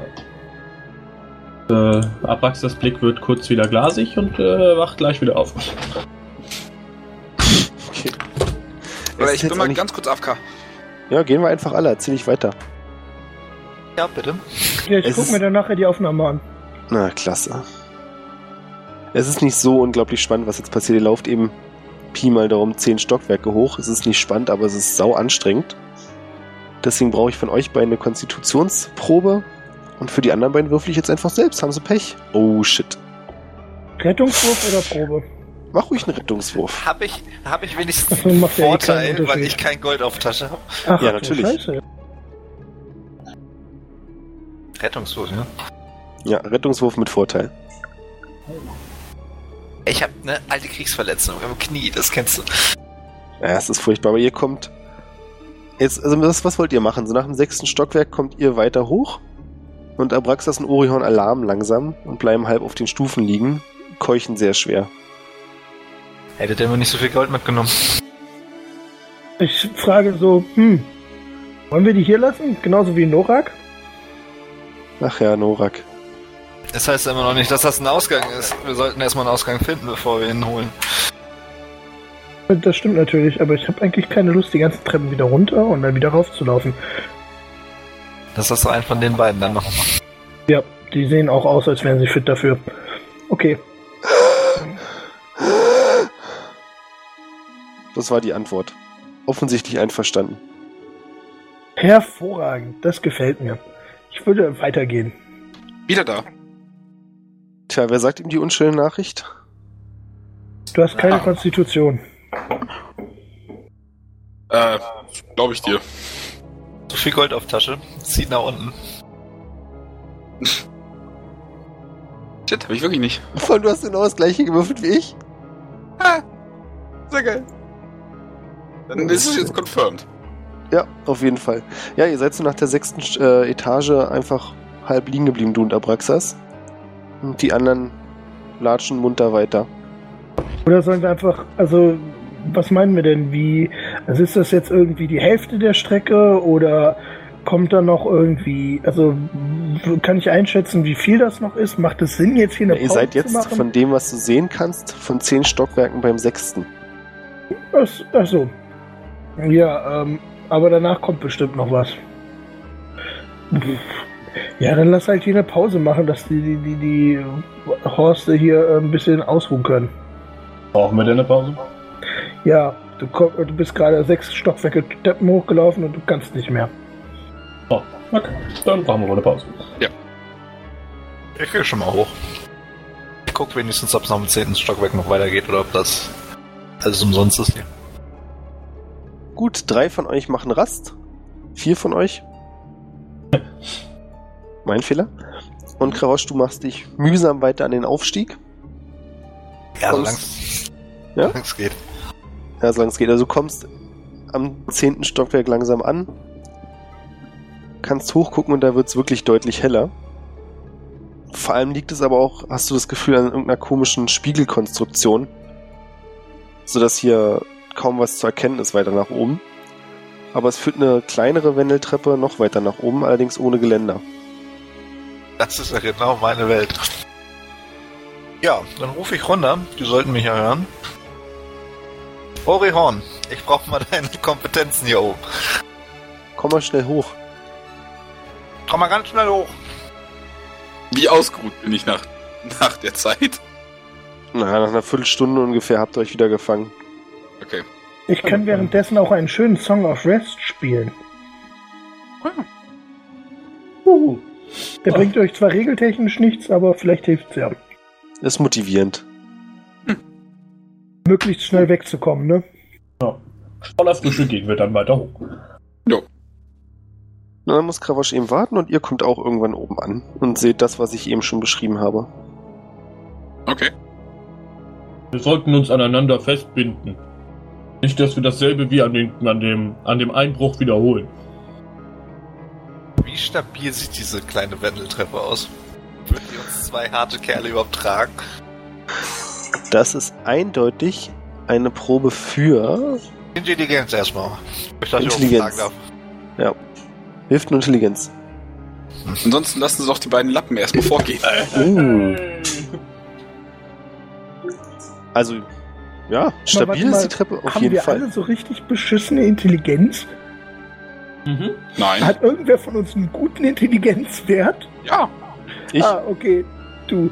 Abraxas Blick wird kurz wieder glasig und wacht gleich wieder auf. Okay. Aber Es ich ist bin jetzt mal auch nicht- ganz kurz AFK. Ja, gehen wir einfach alle. Erzähl ich weiter. Ja, bitte. Ja, ich Es guck ist- mir dann nachher die Aufnahme an. Na, klasse. Es ist nicht so unglaublich spannend, was jetzt passiert. Ihr lauft eben Pi mal darum 10 Stockwerke hoch. Es ist nicht spannend, aber es ist sau anstrengend. Deswegen brauche ich von euch beiden eine Konstitutionsprobe. Und für die anderen beiden würfel ich jetzt einfach selbst. Haben sie Pech? Oh, shit. Rettungswurf oder Probe? Mach ruhig einen Rettungswurf. Hab ich wenigstens Ach so, einen macht ja eh keinen Vorteil, weil Unterschied. ich kein Gold auf Tasche habe? Ach, Ja, du natürlich. Scheiße. Rettungswurf, ja. Ja, Rettungswurf mit Vorteil. Ich habe eine alte Kriegsverletzung im Knie, das kennst du. Ja, es ist furchtbar, aber ihr kommt. Jetzt, also was wollt ihr machen? So nach dem 6. Stockwerk kommt ihr weiter hoch und Abraxas und Orihorn alarmen langsam und bleiben halb auf den Stufen liegen, keuchen sehr schwer. Hättet ihr immer nicht so viel Gold mitgenommen. Ich frage so, wollen wir die hier lassen? Genauso wie Norak? Ach ja, Norak. Das heißt immer noch nicht, dass das ein Ausgang ist. Wir sollten erstmal einen Ausgang finden, bevor wir ihn holen. Das stimmt natürlich, aber ich habe eigentlich keine Lust, die ganzen Treppen wieder runter und dann wieder raufzulaufen. Das ist so ein von den beiden dann noch. Ja, die sehen auch aus, als wären sie fit dafür. Okay. Das war die Antwort. Offensichtlich einverstanden. Hervorragend, das gefällt mir. Ich würde weitergehen. Wieder da. Tja, wer sagt ihm die unschöne Nachricht? Du hast keine Konstitution. Glaube ich dir. So viel Gold auf Tasche. Zieht nach unten. Shit, hab ich wirklich nicht. Von du hast genau das gleiche gewürfelt wie ich? Sehr geil. Dann ist es jetzt confirmed. Ja, auf jeden Fall. Ja, ihr seid so nach der 6. Etage einfach halb liegen geblieben, du und Abraxas. Und die anderen latschen munter weiter. Oder sollen wir einfach, also, was meinen wir denn? Wie, also ist das jetzt irgendwie die Hälfte der Strecke oder kommt da noch irgendwie, also kann ich einschätzen, wie viel das noch ist? Macht es Sinn, jetzt hier eine Ihr Pause seid zu jetzt machen? von dem, was du sehen kannst, von 10 Stockwerken beim 6. Ach so. Ja, aber danach kommt bestimmt noch was. Ja, dann lass halt hier eine Pause machen, dass die Horste hier ein bisschen ausruhen können. Brauchen wir denn eine Pause? Ja, du bist gerade 6 Stockwerke Treppen hochgelaufen und du kannst nicht mehr. Oh, okay. Dann brauchen wir wohl eine Pause. Ich gehe schon mal hoch. Ich guck wenigstens, ob es noch im 10. Stockwerk noch weitergeht oder ob das alles umsonst ist hier. Gut, 3 von euch machen Rast. 4 von euch. Mein Fehler. Und Krarosch, du machst dich mühsam weiter an den Aufstieg. Ja, Kommst- solange Ja? es geht. Ja, solange es geht. Also du kommst am 10. Stockwerk langsam an. Kannst hochgucken und da wird es wirklich deutlich heller. Vor allem liegt es aber auch, hast du das Gefühl, an irgendeiner komischen Spiegelkonstruktion. Sodass hier kaum was zu erkennen ist weiter nach oben. Aber es führt eine kleinere Wendeltreppe noch weiter nach oben, allerdings ohne Geländer. Das ist ja genau meine Welt. Ja, dann rufe ich runter. Die sollten mich ja hören. Orihorn, ich brauche mal deine Kompetenzen hier oben. Komm mal schnell hoch. Komm mal ganz schnell hoch. Wie ausgeruht bin ich nach der Zeit? Na, nach einer Viertelstunde ungefähr habt ihr euch wieder gefangen. Okay. Ich kann währenddessen auch einen schönen Song of Rest spielen. Der bringt euch zwar regeltechnisch nichts, aber vielleicht hilft es ja. Ist motivierend. Möglichst schnell wegzukommen, ne? Voller Frische gehen wir dann weiter hoch. Jo. Na, dann muss Kravasch eben warten und ihr kommt auch irgendwann oben an und seht das, was ich eben schon beschrieben habe. Okay. Wir sollten uns aneinander festbinden. Nicht, dass wir dasselbe wie an dem Einbruch wiederholen. Wie stabil sieht diese kleine Wendeltreppe aus? Würden die uns zwei harte Kerle überhaupt tragen? Das ist eindeutig eine Probe für Intelligenz erstmal. Ich dachte, Intelligenz. Ich fragen Ja. Hilft nur Intelligenz. Ansonsten lassen Sie doch die beiden Lappen erstmal vorgehen. Also, ja, stabil ist die Treppe auf jeden Fall. Haben wir alle so richtig beschissene Intelligenz? Mhm. Nein. Hat irgendwer von uns einen guten Intelligenzwert? Ja. Ich? Ah, okay. Du.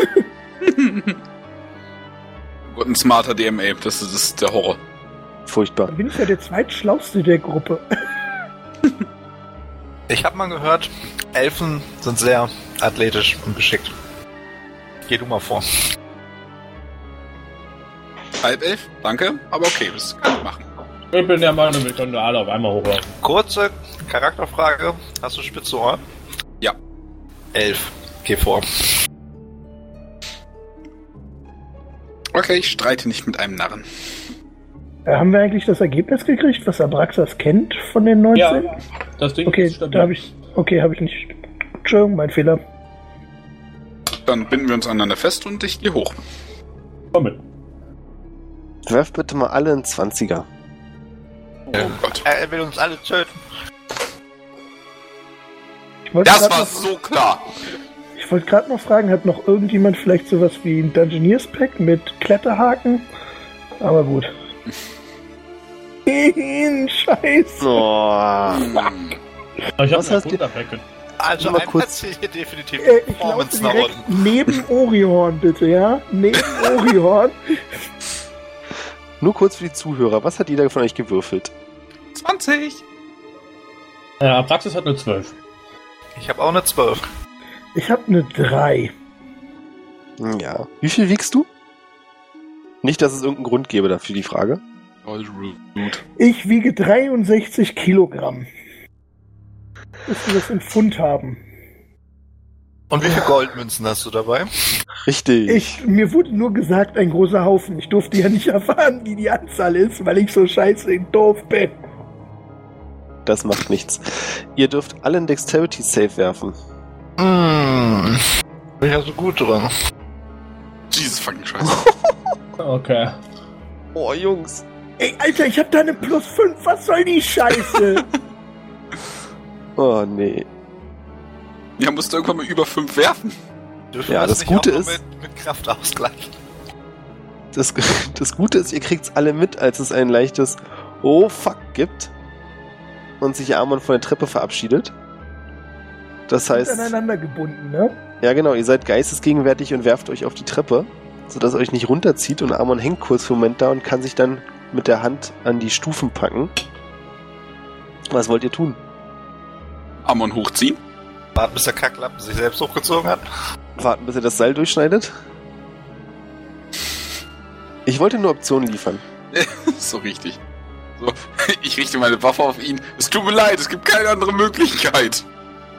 Und ein smarter DMA, das ist der Horror. Furchtbar. Dann bin ich ja der zweitschlauste der Gruppe. Ich habe mal gehört, Elfen sind sehr athletisch und geschickt. Geh du mal vor. 10:30, danke, aber okay, das kann ich machen. Ich bin der Meinung, wir können da alle auf einmal hochlaufen. Kurze Charakterfrage. Hast du spitze Ohren? Ja. 11. Geh vor. Okay, ich streite nicht mit einem Narren. Haben wir eigentlich das Ergebnis gekriegt, was Abraxas kennt von den 19? Ja, das Ding Okay, ist stabil. da habe ich. Okay, habe ich nicht. Entschuldigung, mein Fehler. Dann binden wir uns aneinander fest und ich gehe hoch. Komm mit. Werft bitte mal alle einen 20er. Oh Gott. Er will uns alle töten. Ich wollte Das grad war noch- so klar. Ich wollte gerade noch fragen, hat noch irgendjemand vielleicht sowas wie ein Dungeoneers-Pack mit Kletterhaken? Aber gut. Scheiße. Oh. Ich Was hab hast mir du- runterbecken. Also Mal ein kurz- Platz hier definitiv Ich laufe Performance nach direkt unten. neben Orihorn, bitte, ja? Neben Orihorn. Nur kurz für die Zuhörer, was hat jeder von euch gewürfelt? 20. Praxis hat eine 12. Ich habe auch eine 12. Ich habe eine 3. Ja. Wie viel wiegst du? Nicht, dass es irgendeinen Grund gäbe dafür die Frage. All rude. Ich wiege 63 Kilogramm. Dass wir das in Pfund haben. Und wie viele Goldmünzen hast du dabei? Richtig. Mir wurde nur gesagt, ein großer Haufen. Ich durfte ja nicht erfahren, wie die Anzahl ist, weil ich so scheiße doof bin. Das macht nichts. Ihr dürft alle einen Dexterity Save werfen. Bin ja so gut drin. Jesus fucking Scheiße. Okay. Oh, Jungs. Ey, Alter, ich hab da eine +5. Was soll die Scheiße? Oh, nee. Ja, musst du irgendwann mal über 5 werfen. Dürfen Ja, wir das nicht Gute auch noch ist- mit Kraft ausgleichen. Das Gute ist, ihr kriegt's alle mit, als es ein leichtes Oh, fuck gibt und sich Amon von der Treppe verabschiedet. Das heißt, Aneinander gebunden, ne? ja genau, ihr seid geistesgegenwärtig und werft euch auf die Treppe, sodass ihr euch nicht runterzieht und Amon hängt kurz für einen Moment da und kann sich dann mit der Hand an die Stufen packen. Was wollt ihr tun? Amon hochziehen. Warten, bis der Kacklappen sich selbst hochgezogen hat. Warten, bis ihr das Seil durchschneidet? Ich wollte nur Optionen liefern. So richtig. So, ich richte meine Waffe auf ihn. Es tut mir leid, es gibt keine andere Möglichkeit.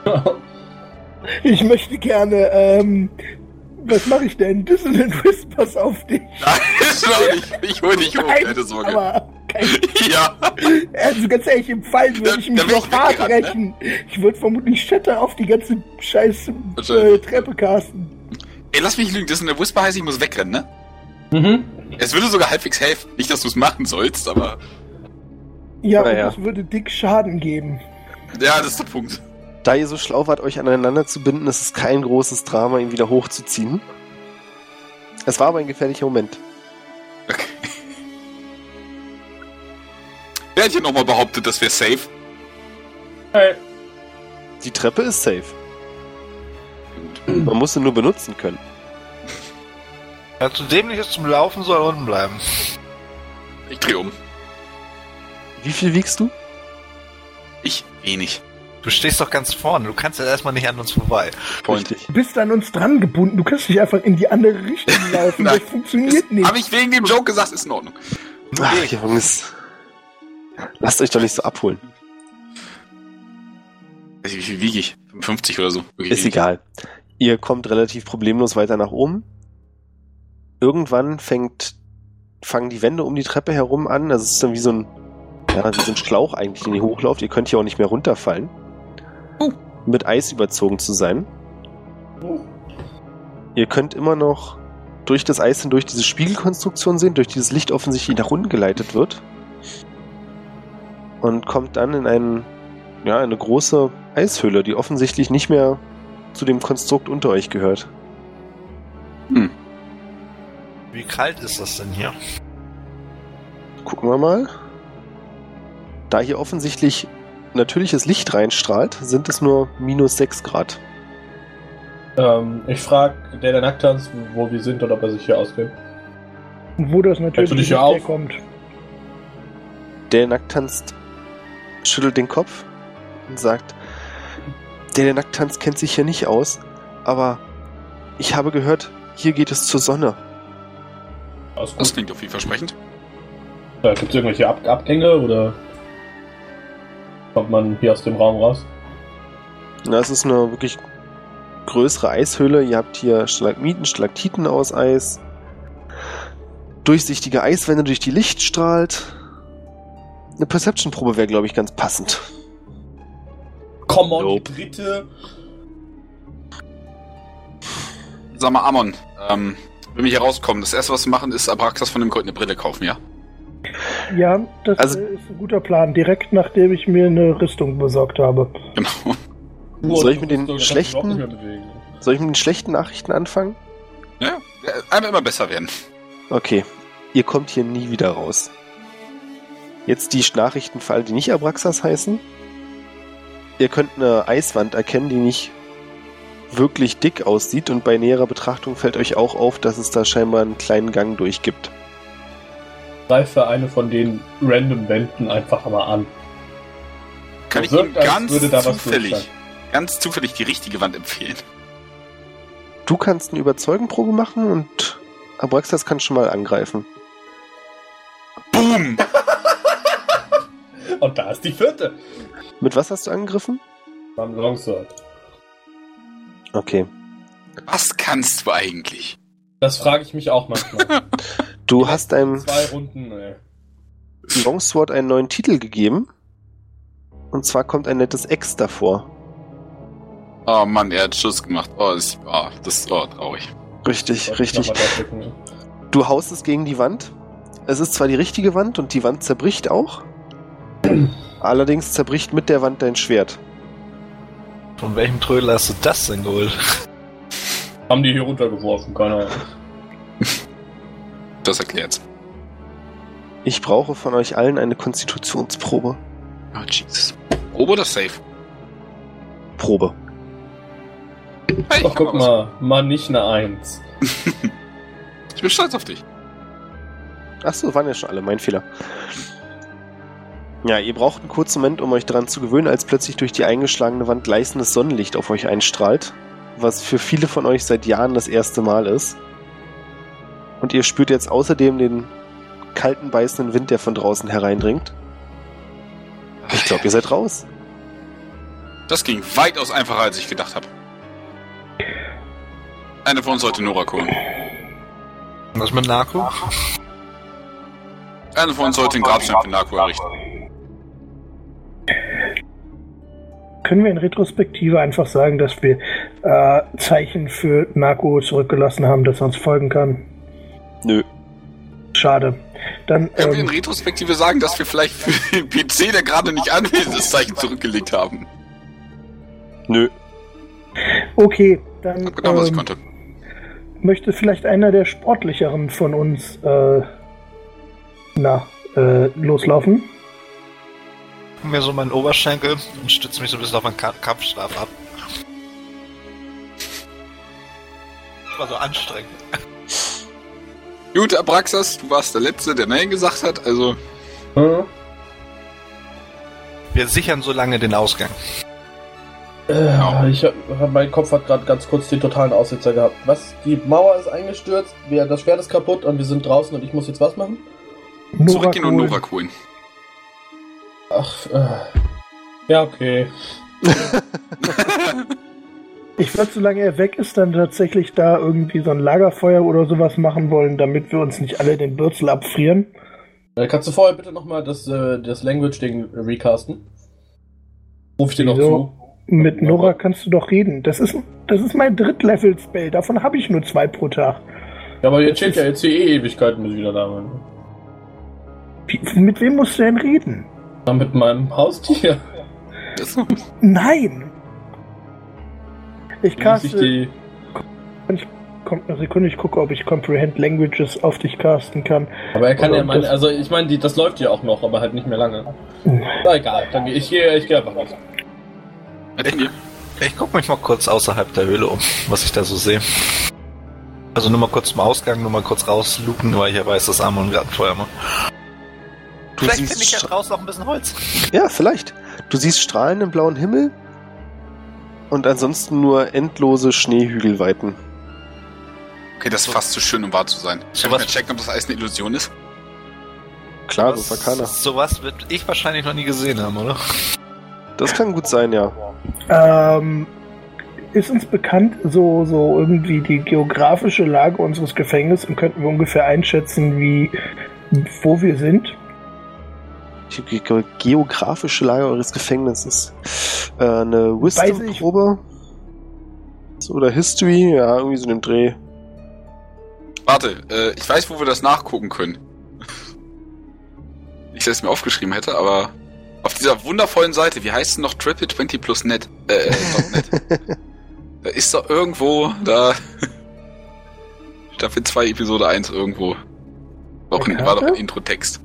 Ich möchte gerne, was mache ich denn? Dissonant Whispers auf dich. Nein, ist noch nicht. Ich hol dich hoch, keine Sorge. Aber Ja. also ganz ehrlich, im Fall würde ich mich Da wär noch ich hart weggerannt, ne? rächen. Ich würde vermutlich Shatter auf die ganze scheiß Wahrscheinlich. Treppe casten. Ey, lass mich lügen, das in der Whisper heißt, ich muss wegrennen, ne? Mhm. Es würde sogar halbwegs helfen. Nicht, dass du es machen sollst, aber... Ja, Na und ja. das würde dick Schaden geben. Ja, das ist der Punkt. Da ihr so schlau wart, euch aneinander zu binden, ist es kein großes Drama, ihn wieder hochzuziehen. Es war aber ein gefährlicher Moment. Okay. Wer hat hier nochmal behauptet, das wäre safe? Hey. Die Treppe ist safe. Man muss sie nur benutzen können. Wer zu dämlich ist zum Laufen, soll unten bleiben. Ich dreh um. Wie viel wiegst du? Ich wenig. Du stehst doch ganz vorne, du kannst ja erstmal nicht an uns vorbei. Richtig. Du bist an uns dran gebunden, du kannst nicht einfach in die andere Richtung laufen. Nein. Das funktioniert nicht. Habe ich wegen dem Joke gesagt, ist in Ordnung. Ach, Jungs. Lasst euch doch nicht so abholen. Weiß ich, wie viel wiege ich? 55 oder so. Wirklich Ist wenig. egal. Ihr kommt relativ problemlos weiter nach oben. Irgendwann fangen die Wände um die Treppe herum an. Das ist dann wie so ein Schlauch eigentlich, den ihr hochlauft. Ihr könnt hier auch nicht mehr runterfallen. Mit Eis überzogen zu sein. Ihr könnt immer noch durch das Eis hindurch diese Spiegelkonstruktion sehen, durch dieses Licht offensichtlich nach unten geleitet wird. Und kommt dann in eine große Eishöhle, die offensichtlich nicht mehr zu dem Konstrukt unter euch gehört. Wie kalt ist das denn hier? Gucken wir mal. Da hier offensichtlich natürliches Licht reinstrahlt, sind es nur -6 Grad. Ich frage der nackt tanzt, wo wir sind oder ob er sich hier auskennt. Und wo das natürlich Hältst du dich hier nicht auf? herkommt. Der nackt tanzt, schüttelt den Kopf und sagt, der nackt tanzt kennt sich hier nicht aus, aber ich habe gehört, hier geht es zur Sonne. Alles Das gut. klingt doch vielversprechend. Gibt es irgendwelche Abgänge oder kommt man hier aus dem Raum raus? Das ist eine wirklich größere Eishöhle. Ihr habt hier Stalagmiten, Stalaktiten aus Eis. Durchsichtige Eiswände, durch die Licht strahlt. Eine Perception-Probe wäre, glaube ich, ganz passend. Come on, Nope. die dritte. Sag mal, Amon, wenn wir hier rauskommen, das erste, was wir machen, ist Abraxas von dem Gold eine Brille kaufen, ja? Ja, das Also- ist ein guter Plan. Direkt nachdem ich mir eine Rüstung besorgt habe. Genau. Soll ich mit den Da kannst du schlechten- überhaupt nicht mehr bewegen. Soll ich mit den schlechten Nachrichten anfangen? Ja, einmal immer besser werden. Okay. Ihr kommt hier nie wieder raus. Jetzt die Nachrichten für alle, die nicht Abraxas heißen. Ihr könnt eine Eiswand erkennen, die nicht wirklich dick aussieht, und bei näherer Betrachtung fällt euch auch auf, dass es da scheinbar einen kleinen Gang durchgibt. Greife eine von den random Wänden einfach mal an. Kann Das ich ihm wirkt, als würde da was durchscheinen. ganz zufällig die richtige Wand empfehlen. Du kannst eine Überzeugenprobe machen und Abraxas kann schon mal angreifen. Boom! Und da ist die vierte. Mit was hast du angegriffen? Beim Longsword. Okay. Was kannst du eigentlich? Das frage ich mich auch manchmal. Du hast einem 2 Runden, Longsword einen neuen Titel gegeben. Und zwar kommt ein nettes X davor. Oh Mann, er hat Schuss gemacht. Das ist traurig. Richtig, richtig. Du haust es gegen die Wand. Es ist zwar die richtige Wand und die Wand zerbricht auch. Allerdings zerbricht mit der Wand dein Schwert. Von welchem Trödel hast du das denn geholt? Haben die hier runtergeworfen, keine Ahnung. Das erklärt's. Ich brauche von euch allen eine Konstitutionsprobe. Oh, Jesus. Probe oder safe? Probe. Hey, Ach, guck mal nicht eine 1. Ich bin stolz auf dich. Achso, waren ja schon alle, mein Fehler. Ja, ihr braucht einen kurzen Moment, um euch daran zu gewöhnen, als plötzlich durch die eingeschlagene Wand gleißendes Sonnenlicht auf euch einstrahlt, was für viele von euch seit Jahren das erste Mal ist. Und ihr spürt jetzt außerdem den kalten, beißenden Wind, der von draußen hereindringt. Ich glaube, ihr seid raus. Das ging weitaus einfacher, als ich gedacht habe. Einer von uns sollte Nora holen. Was mit Narko? Einer von uns sollte den Grabstein für Narko errichten. Können wir in Retrospektive einfach sagen, dass wir Zeichen für Narko zurückgelassen haben, dass er uns folgen kann? Nö. Schade. Dann Können wir in Retrospektive sagen, dass wir vielleicht für den PC, der gerade nicht anwesend ist, Zeichen zurückgelegt haben? Nö. okay, dann Hab getan, was ich konnte. möchte vielleicht einer der sportlicheren von uns loslaufen. Mir so meinen Oberschenkel und stütze mich so ein bisschen auf meinen Kampfstab ab. Das war so anstrengend. Gut, Abraxas, du warst der Letzte, der Nein gesagt hat, also... Hm? Wir sichern so lange den Ausgang. Mein Kopf hat gerade ganz kurz den totalen Aussetzer gehabt. Was? Die Mauer ist eingestürzt, das Schwert ist kaputt und wir sind draußen und ich muss jetzt was machen? Zurückgehen und Nora holen. Ach, ja, okay. Ich würde, solange er weg ist, dann tatsächlich da irgendwie so ein Lagerfeuer oder sowas machen wollen, damit wir uns nicht alle den Bürzel abfrieren. Kannst du vorher bitte nochmal das Language-Ding recasten? Ruf ich dir noch zu. Mit Nora kannst du doch reden. Das ist mein Drittlevel-Spell. Davon habe ich nur 2 pro Tag. Ja, aber jetzt steht ja jetzt Ewigkeiten bis wieder da. Mit wem musst du denn reden? Na, mit meinem Haustier. Nein! Ich caste... Eine Sekunde, ich gucke, ob ich Comprehend Languages auf dich casten kann. Aber er kann ja meine... Also ich meine, das läuft ja auch noch, aber halt nicht mehr lange. Na egal, dann ich gehe einfach raus. Ich gucke mich mal kurz außerhalb der Höhle um, was ich da so sehe. Also nur mal kurz zum Ausgang, nur mal kurz rauslupen, weil ich ja weiß, dass Amon gerade ein Feuer macht. Vielleicht finde ich ja draußen noch ein bisschen Holz. Ja, vielleicht. Du siehst strahlenden blauen Himmel und ansonsten nur endlose Schneehügelweiten. Okay, das ist fast zu schön, um wahr zu sein. Soll ich mal checken, ob das Eis eine Illusion ist? Klar, so Vakana. Sowas wird ich wahrscheinlich noch nie gesehen haben, oder? Das kann gut sein, ja. Ist uns bekannt, so irgendwie die geografische Lage unseres Gefängnisses und könnten wir ungefähr einschätzen, wo wir sind? Die geografische Lage eures Gefängnisses. Eine Wisdom-Probe? Oder History? Ja, irgendwie so in dem Dreh. Warte, ich weiß, wo wir das nachgucken können. Nicht, dass ich es mir aufgeschrieben hätte, aber auf dieser wundervollen Seite, wie heißt es noch? Triple20+net. .net. Da ist doch irgendwo, da Staffel 2, Episode 1 irgendwo. War doch ein Intro-Text.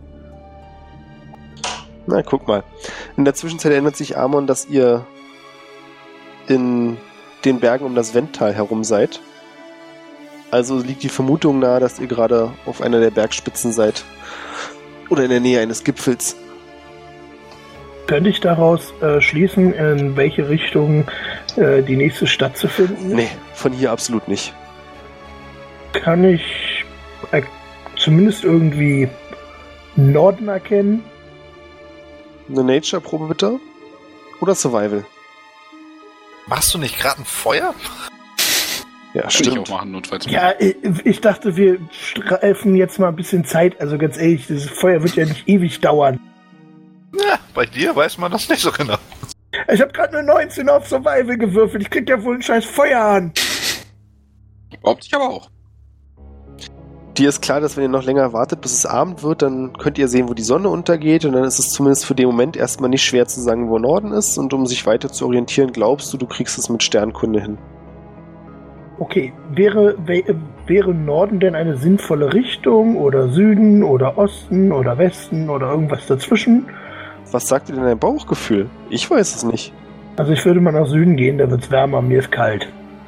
Na, guck mal. In der Zwischenzeit erinnert sich Amon, dass ihr in den Bergen um das Wendtal herum seid. Also liegt die Vermutung nahe, dass ihr gerade auf einer der Bergspitzen seid. Oder in der Nähe eines Gipfels. Könnte ich daraus schließen, in welche Richtung die nächste Stadt zu finden ist? Nee, von hier absolut nicht. Kann ich zumindest irgendwie Norden erkennen? Eine Nature-Probe bitte? Oder Survival? Machst du nicht gerade ein Feuer? Ja, Kann stimmt. ich auch machen, notfalls. Ja, ich dachte, wir streifen jetzt mal ein bisschen Zeit. Also ganz ehrlich, das Feuer wird ja nicht ewig dauern. Ja, bei dir weiß man das nicht so genau. Ich habe gerade eine 19 auf Survival gewürfelt. Ich krieg ja wohl ein scheiß Feuer an. Behaupte ich aber auch. Dir ist klar, dass wenn ihr noch länger wartet, bis es Abend wird, dann könnt ihr sehen, wo die Sonne untergeht und dann ist es zumindest für den Moment erstmal nicht schwer zu sagen, wo Norden ist und um sich weiter zu orientieren, glaubst du kriegst es mit Sternkunde hin. Okay, wäre Norden denn eine sinnvolle Richtung oder Süden oder Osten oder Westen oder irgendwas dazwischen? Was sagt dir denn dein Bauchgefühl? Ich weiß es nicht. Also ich würde mal nach Süden gehen, da wird's wärmer, mir ist kalt.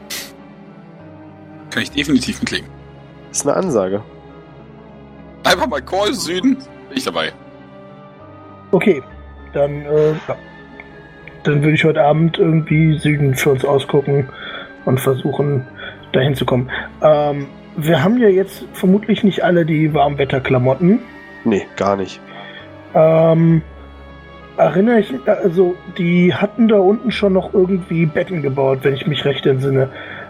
Kann ich definitiv mitlegen. Ist eine Ansage. Einfach mal Call Süden. Bin ich dabei. Okay, dann würde ich heute Abend irgendwie Süden für uns ausgucken und versuchen, dahin zu kommen. Wir haben ja jetzt vermutlich nicht alle die Warmwetterklamotten. Nee, gar nicht. Erinnere ich, also die hatten da unten schon noch irgendwie Betten gebaut, wenn ich mich recht entsinne.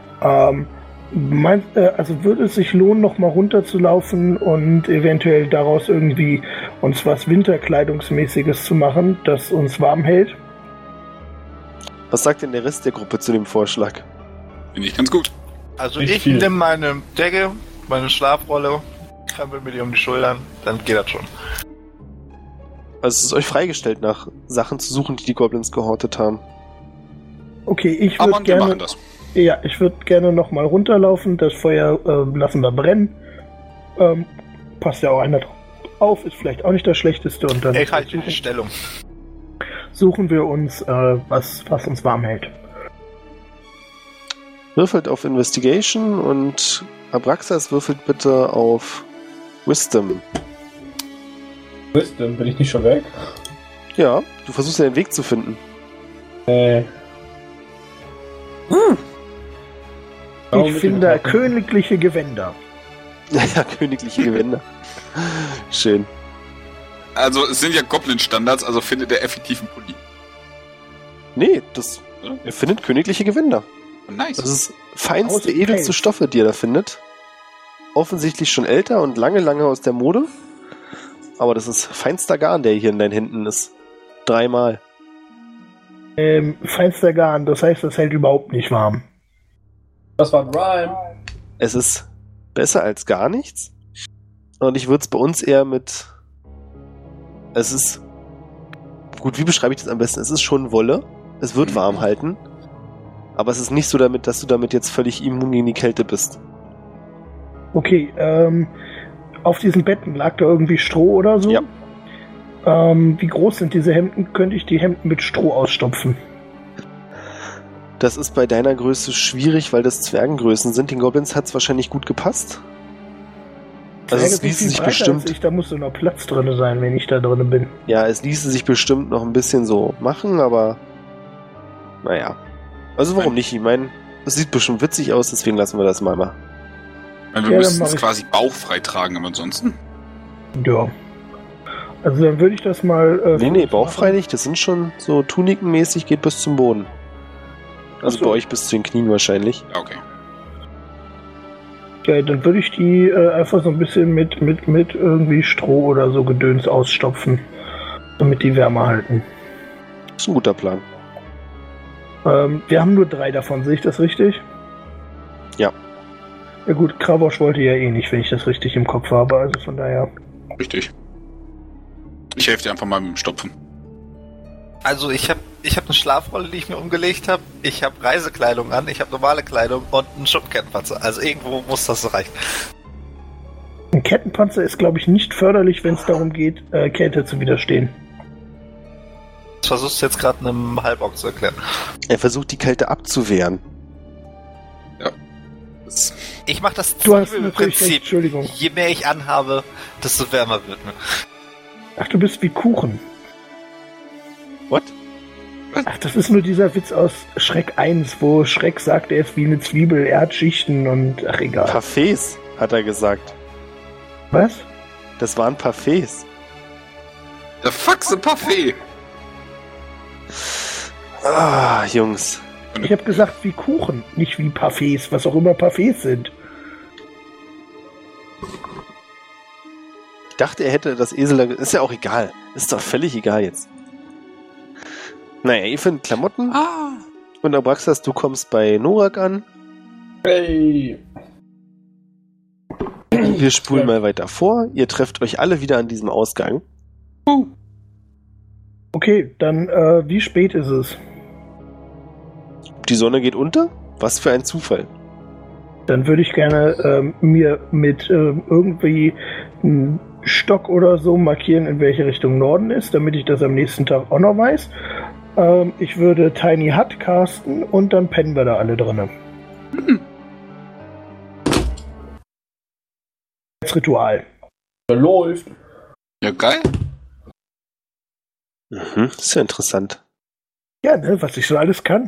Also würde es sich lohnen, noch mal runterzulaufen und eventuell daraus irgendwie uns was Winterkleidungsmäßiges zu machen, das uns warm hält? Was sagt denn der Rest der Gruppe zu dem Vorschlag? Finde ich ganz gut. Also Nicht ich viel. nehme meine Decke, meine Schlafrolle, krempel mir die um die Schultern, dann geht das schon. Also es ist euch freigestellt, nach Sachen zu suchen, die die Goblins gehortet haben. Okay, ich Aber würde wir gerne... machen das. Ja, ich würde gerne noch mal runterlaufen, das Feuer lassen wir brennen. Passt ja auch einer drauf auf, ist vielleicht auch nicht das Schlechteste. Und dann Ich halte die Stellung. suchen wir uns, was uns warm hält. Würfelt auf Investigation und Abraxas würfelt bitte auf Wisdom. Wisdom, bin ich nicht schon weg? Ja, du versuchst ja den Weg zu finden. Ich finde königliche Gewänder. Ja, königliche Gewänder. Schön. Also, es sind ja Goblin-Standards, also findet er effektiv einen Pulli. Nee, er findet königliche Gewänder. Nice. Das ist feinste, Aus dem edelste Pelz. Stoffe, die er da findet. Offensichtlich schon älter und lange, lange aus der Mode. Aber das ist feinster Garn, der hier in deinen Händen ist. 3-mal. Feinster Garn, das heißt, das hält überhaupt nicht warm. Das war ein Rhyme. Es ist besser als gar nichts. Und ich würde es bei uns eher mit... Es ist... Gut, wie beschreibe ich das am besten? Es ist schon Wolle. Es wird warm halten. Aber es ist nicht so damit, dass du damit jetzt völlig immun gegen die Kälte bist. Okay, auf diesen Betten lag da irgendwie Stroh oder so? Ja. Wie groß sind diese Hemden? Könnte ich die Hemden mit Stroh ausstopfen? Das ist bei deiner Größe schwierig, weil das Zwergengrößen sind. Den Goblins hat es wahrscheinlich gut gepasst. Also es Zwerge sind ließe viel sich breiter bestimmt... als ich, da muss noch Platz drin sein, wenn ich da drin bin. Ja, es ließe sich bestimmt noch ein bisschen so machen, aber... Naja. Also warum nicht? Ich meine, es sieht bestimmt witzig aus, deswegen lassen wir das mal machen. Wir Ja, dann müssten mach es ich- quasi bauchfrei tragen, aber ansonsten. Ja. Also dann würde ich das mal... Nee, bauchfrei nicht. Das sind schon so tunikenmäßig, geht bis zum Boden. Also Ach so. bei euch bis zu den Knien wahrscheinlich. Ja, okay. Ja, dann würde ich die einfach so ein bisschen mit irgendwie Stroh oder so Gedöns ausstopfen, damit die Wärme halten. Das ist ein guter Plan. Wir haben nur 3 davon, sehe ich das richtig? Ja. Ja gut, Kravosch wollte ja eh nicht, wenn ich das richtig im Kopf habe, also von daher. Richtig. Ich helfe dir einfach mal mit dem Stopfen. Also ich hab eine Schlafrolle, die ich mir umgelegt habe. Ich habe Reisekleidung an, ich habe normale Kleidung und einen Schuppenkettenpanzer. Also irgendwo muss das so reichen. Ein Kettenpanzer ist, glaube ich, nicht förderlich, wenn es darum geht, Kälte zu widerstehen. Das versuchst du jetzt gerade einem Halborg zu erklären. Er versucht die Kälte abzuwehren. Das, Ich mache das Du hast natürlich recht, Zwiebelprinzip. Entschuldigung. Je mehr ich anhabe, desto wärmer wird mir. Ach, du bist wie Kuchen. What? Ach, das ist nur dieser Witz aus Schreck 1, wo Schreck sagt, er ist wie eine Zwiebel, er hat Schichten und ach egal. Parfaits, hat er gesagt. Was? Das waren Parfaits. der Faxe Parfait. Ah, Jungs. Ich habe gesagt wie Kuchen, nicht wie Parfaits, was auch immer Parfaits sind. Ich dachte, er hätte das Esel da... Ist ja auch egal. Ist doch völlig egal jetzt. Naja, ihr findet Klamotten. Und Abraxas, du kommst bei Norak an. Hey. Wir spulen mal weiter vor. Ihr trefft euch alle wieder an diesem Ausgang. Okay, dann wie spät ist es? Die Sonne geht unter? Was für ein Zufall. Dann würde ich gerne mir mit irgendwie einem Stock oder so markieren, in welche Richtung Norden ist, damit ich das am nächsten Tag auch noch weiß. Ich würde Tiny Hut casten und dann pennen wir da alle drinnen. Als Ritual. Der läuft. Ja, geil. Mhm, ist ja interessant. Ja, ne, was ich so alles kann.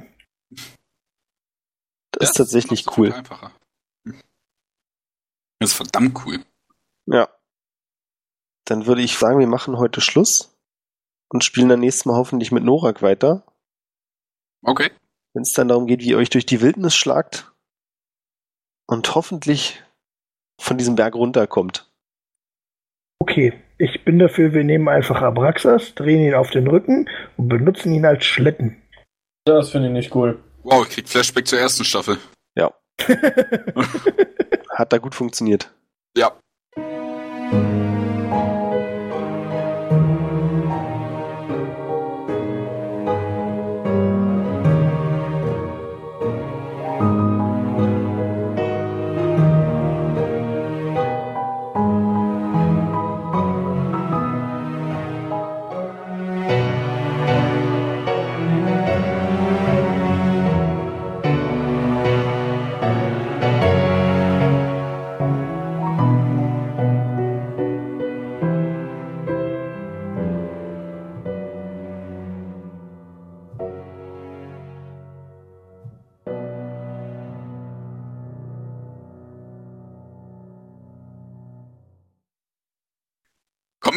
Das ist tatsächlich macht's cool. viel einfacher. Das ist verdammt cool. Ja. Dann würde ich sagen, wir machen heute Schluss und spielen dann nächstes Mal hoffentlich mit Norak weiter. Okay. Wenn es dann darum geht, wie ihr euch durch die Wildnis schlagt und hoffentlich von diesem Berg runterkommt. Okay, ich bin dafür, wir nehmen einfach Abraxas, drehen ihn auf den Rücken und benutzen ihn als Schlitten. Das finde ich nicht cool. Wow, ich krieg Flashback zur ersten Staffel. Hat da gut funktioniert. Ja.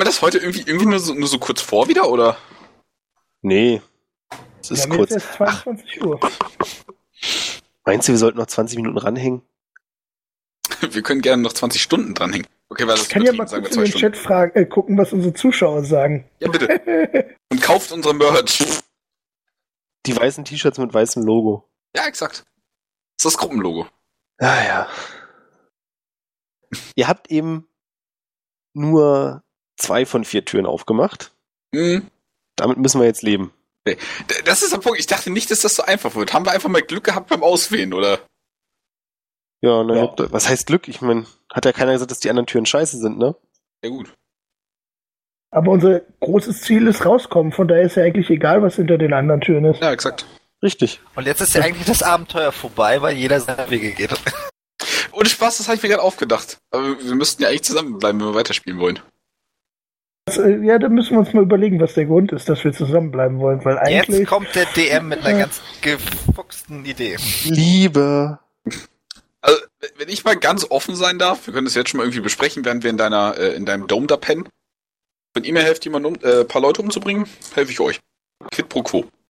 das heute irgendwie nur so kurz vor wieder, oder? Nee. Es Wir ist haben kurz. jetzt erst 22 Uhr. Meinst du, wir sollten noch 20 Minuten ranhängen? Wir können gerne noch 20 Stunden dranhängen. Okay, weil das Ich kann ja mal sagen wir kurz in 2 den Stunden. Chat gucken, was unsere Zuschauer sagen. Ja, bitte. Und kauft unsere Merch. Die weißen T-Shirts mit weißem Logo. Ja, exakt. Das ist das Gruppenlogo. Ah ja. Ihr habt eben nur 2 von 4 Türen aufgemacht. Hm. Damit müssen wir jetzt leben. Das ist der Punkt. Ich dachte nicht, dass das so einfach wird. Haben wir einfach mal Glück gehabt beim Auswählen, oder? Ja, na, Ja. was heißt Glück? Ich meine, hat ja keiner gesagt, dass die anderen Türen scheiße sind, ne? Ja, gut. Aber unser großes Ziel ist rauskommen, von daher ist ja eigentlich egal, was hinter den anderen Türen ist. Ja, exakt. Richtig. Und jetzt ist ja eigentlich das Abenteuer vorbei, weil jeder seine Wege geht. Ohne Spaß, das habe ich mir gerade aufgedacht. Aber wir müssten ja eigentlich zusammenbleiben, wenn wir weiterspielen wollen. Ja, da müssen wir uns mal überlegen, was der Grund ist, dass wir zusammenbleiben wollen, weil eigentlich... Jetzt kommt der DM mit einer ganz gefuchsten Idee. Liebe. Also, wenn ich mal ganz offen sein darf, wir können das jetzt schon mal irgendwie besprechen, während wir in deinem Dome da pennen. Wenn ihr mir helft, ein paar Leute umzubringen, helfe ich euch. Quid pro quo.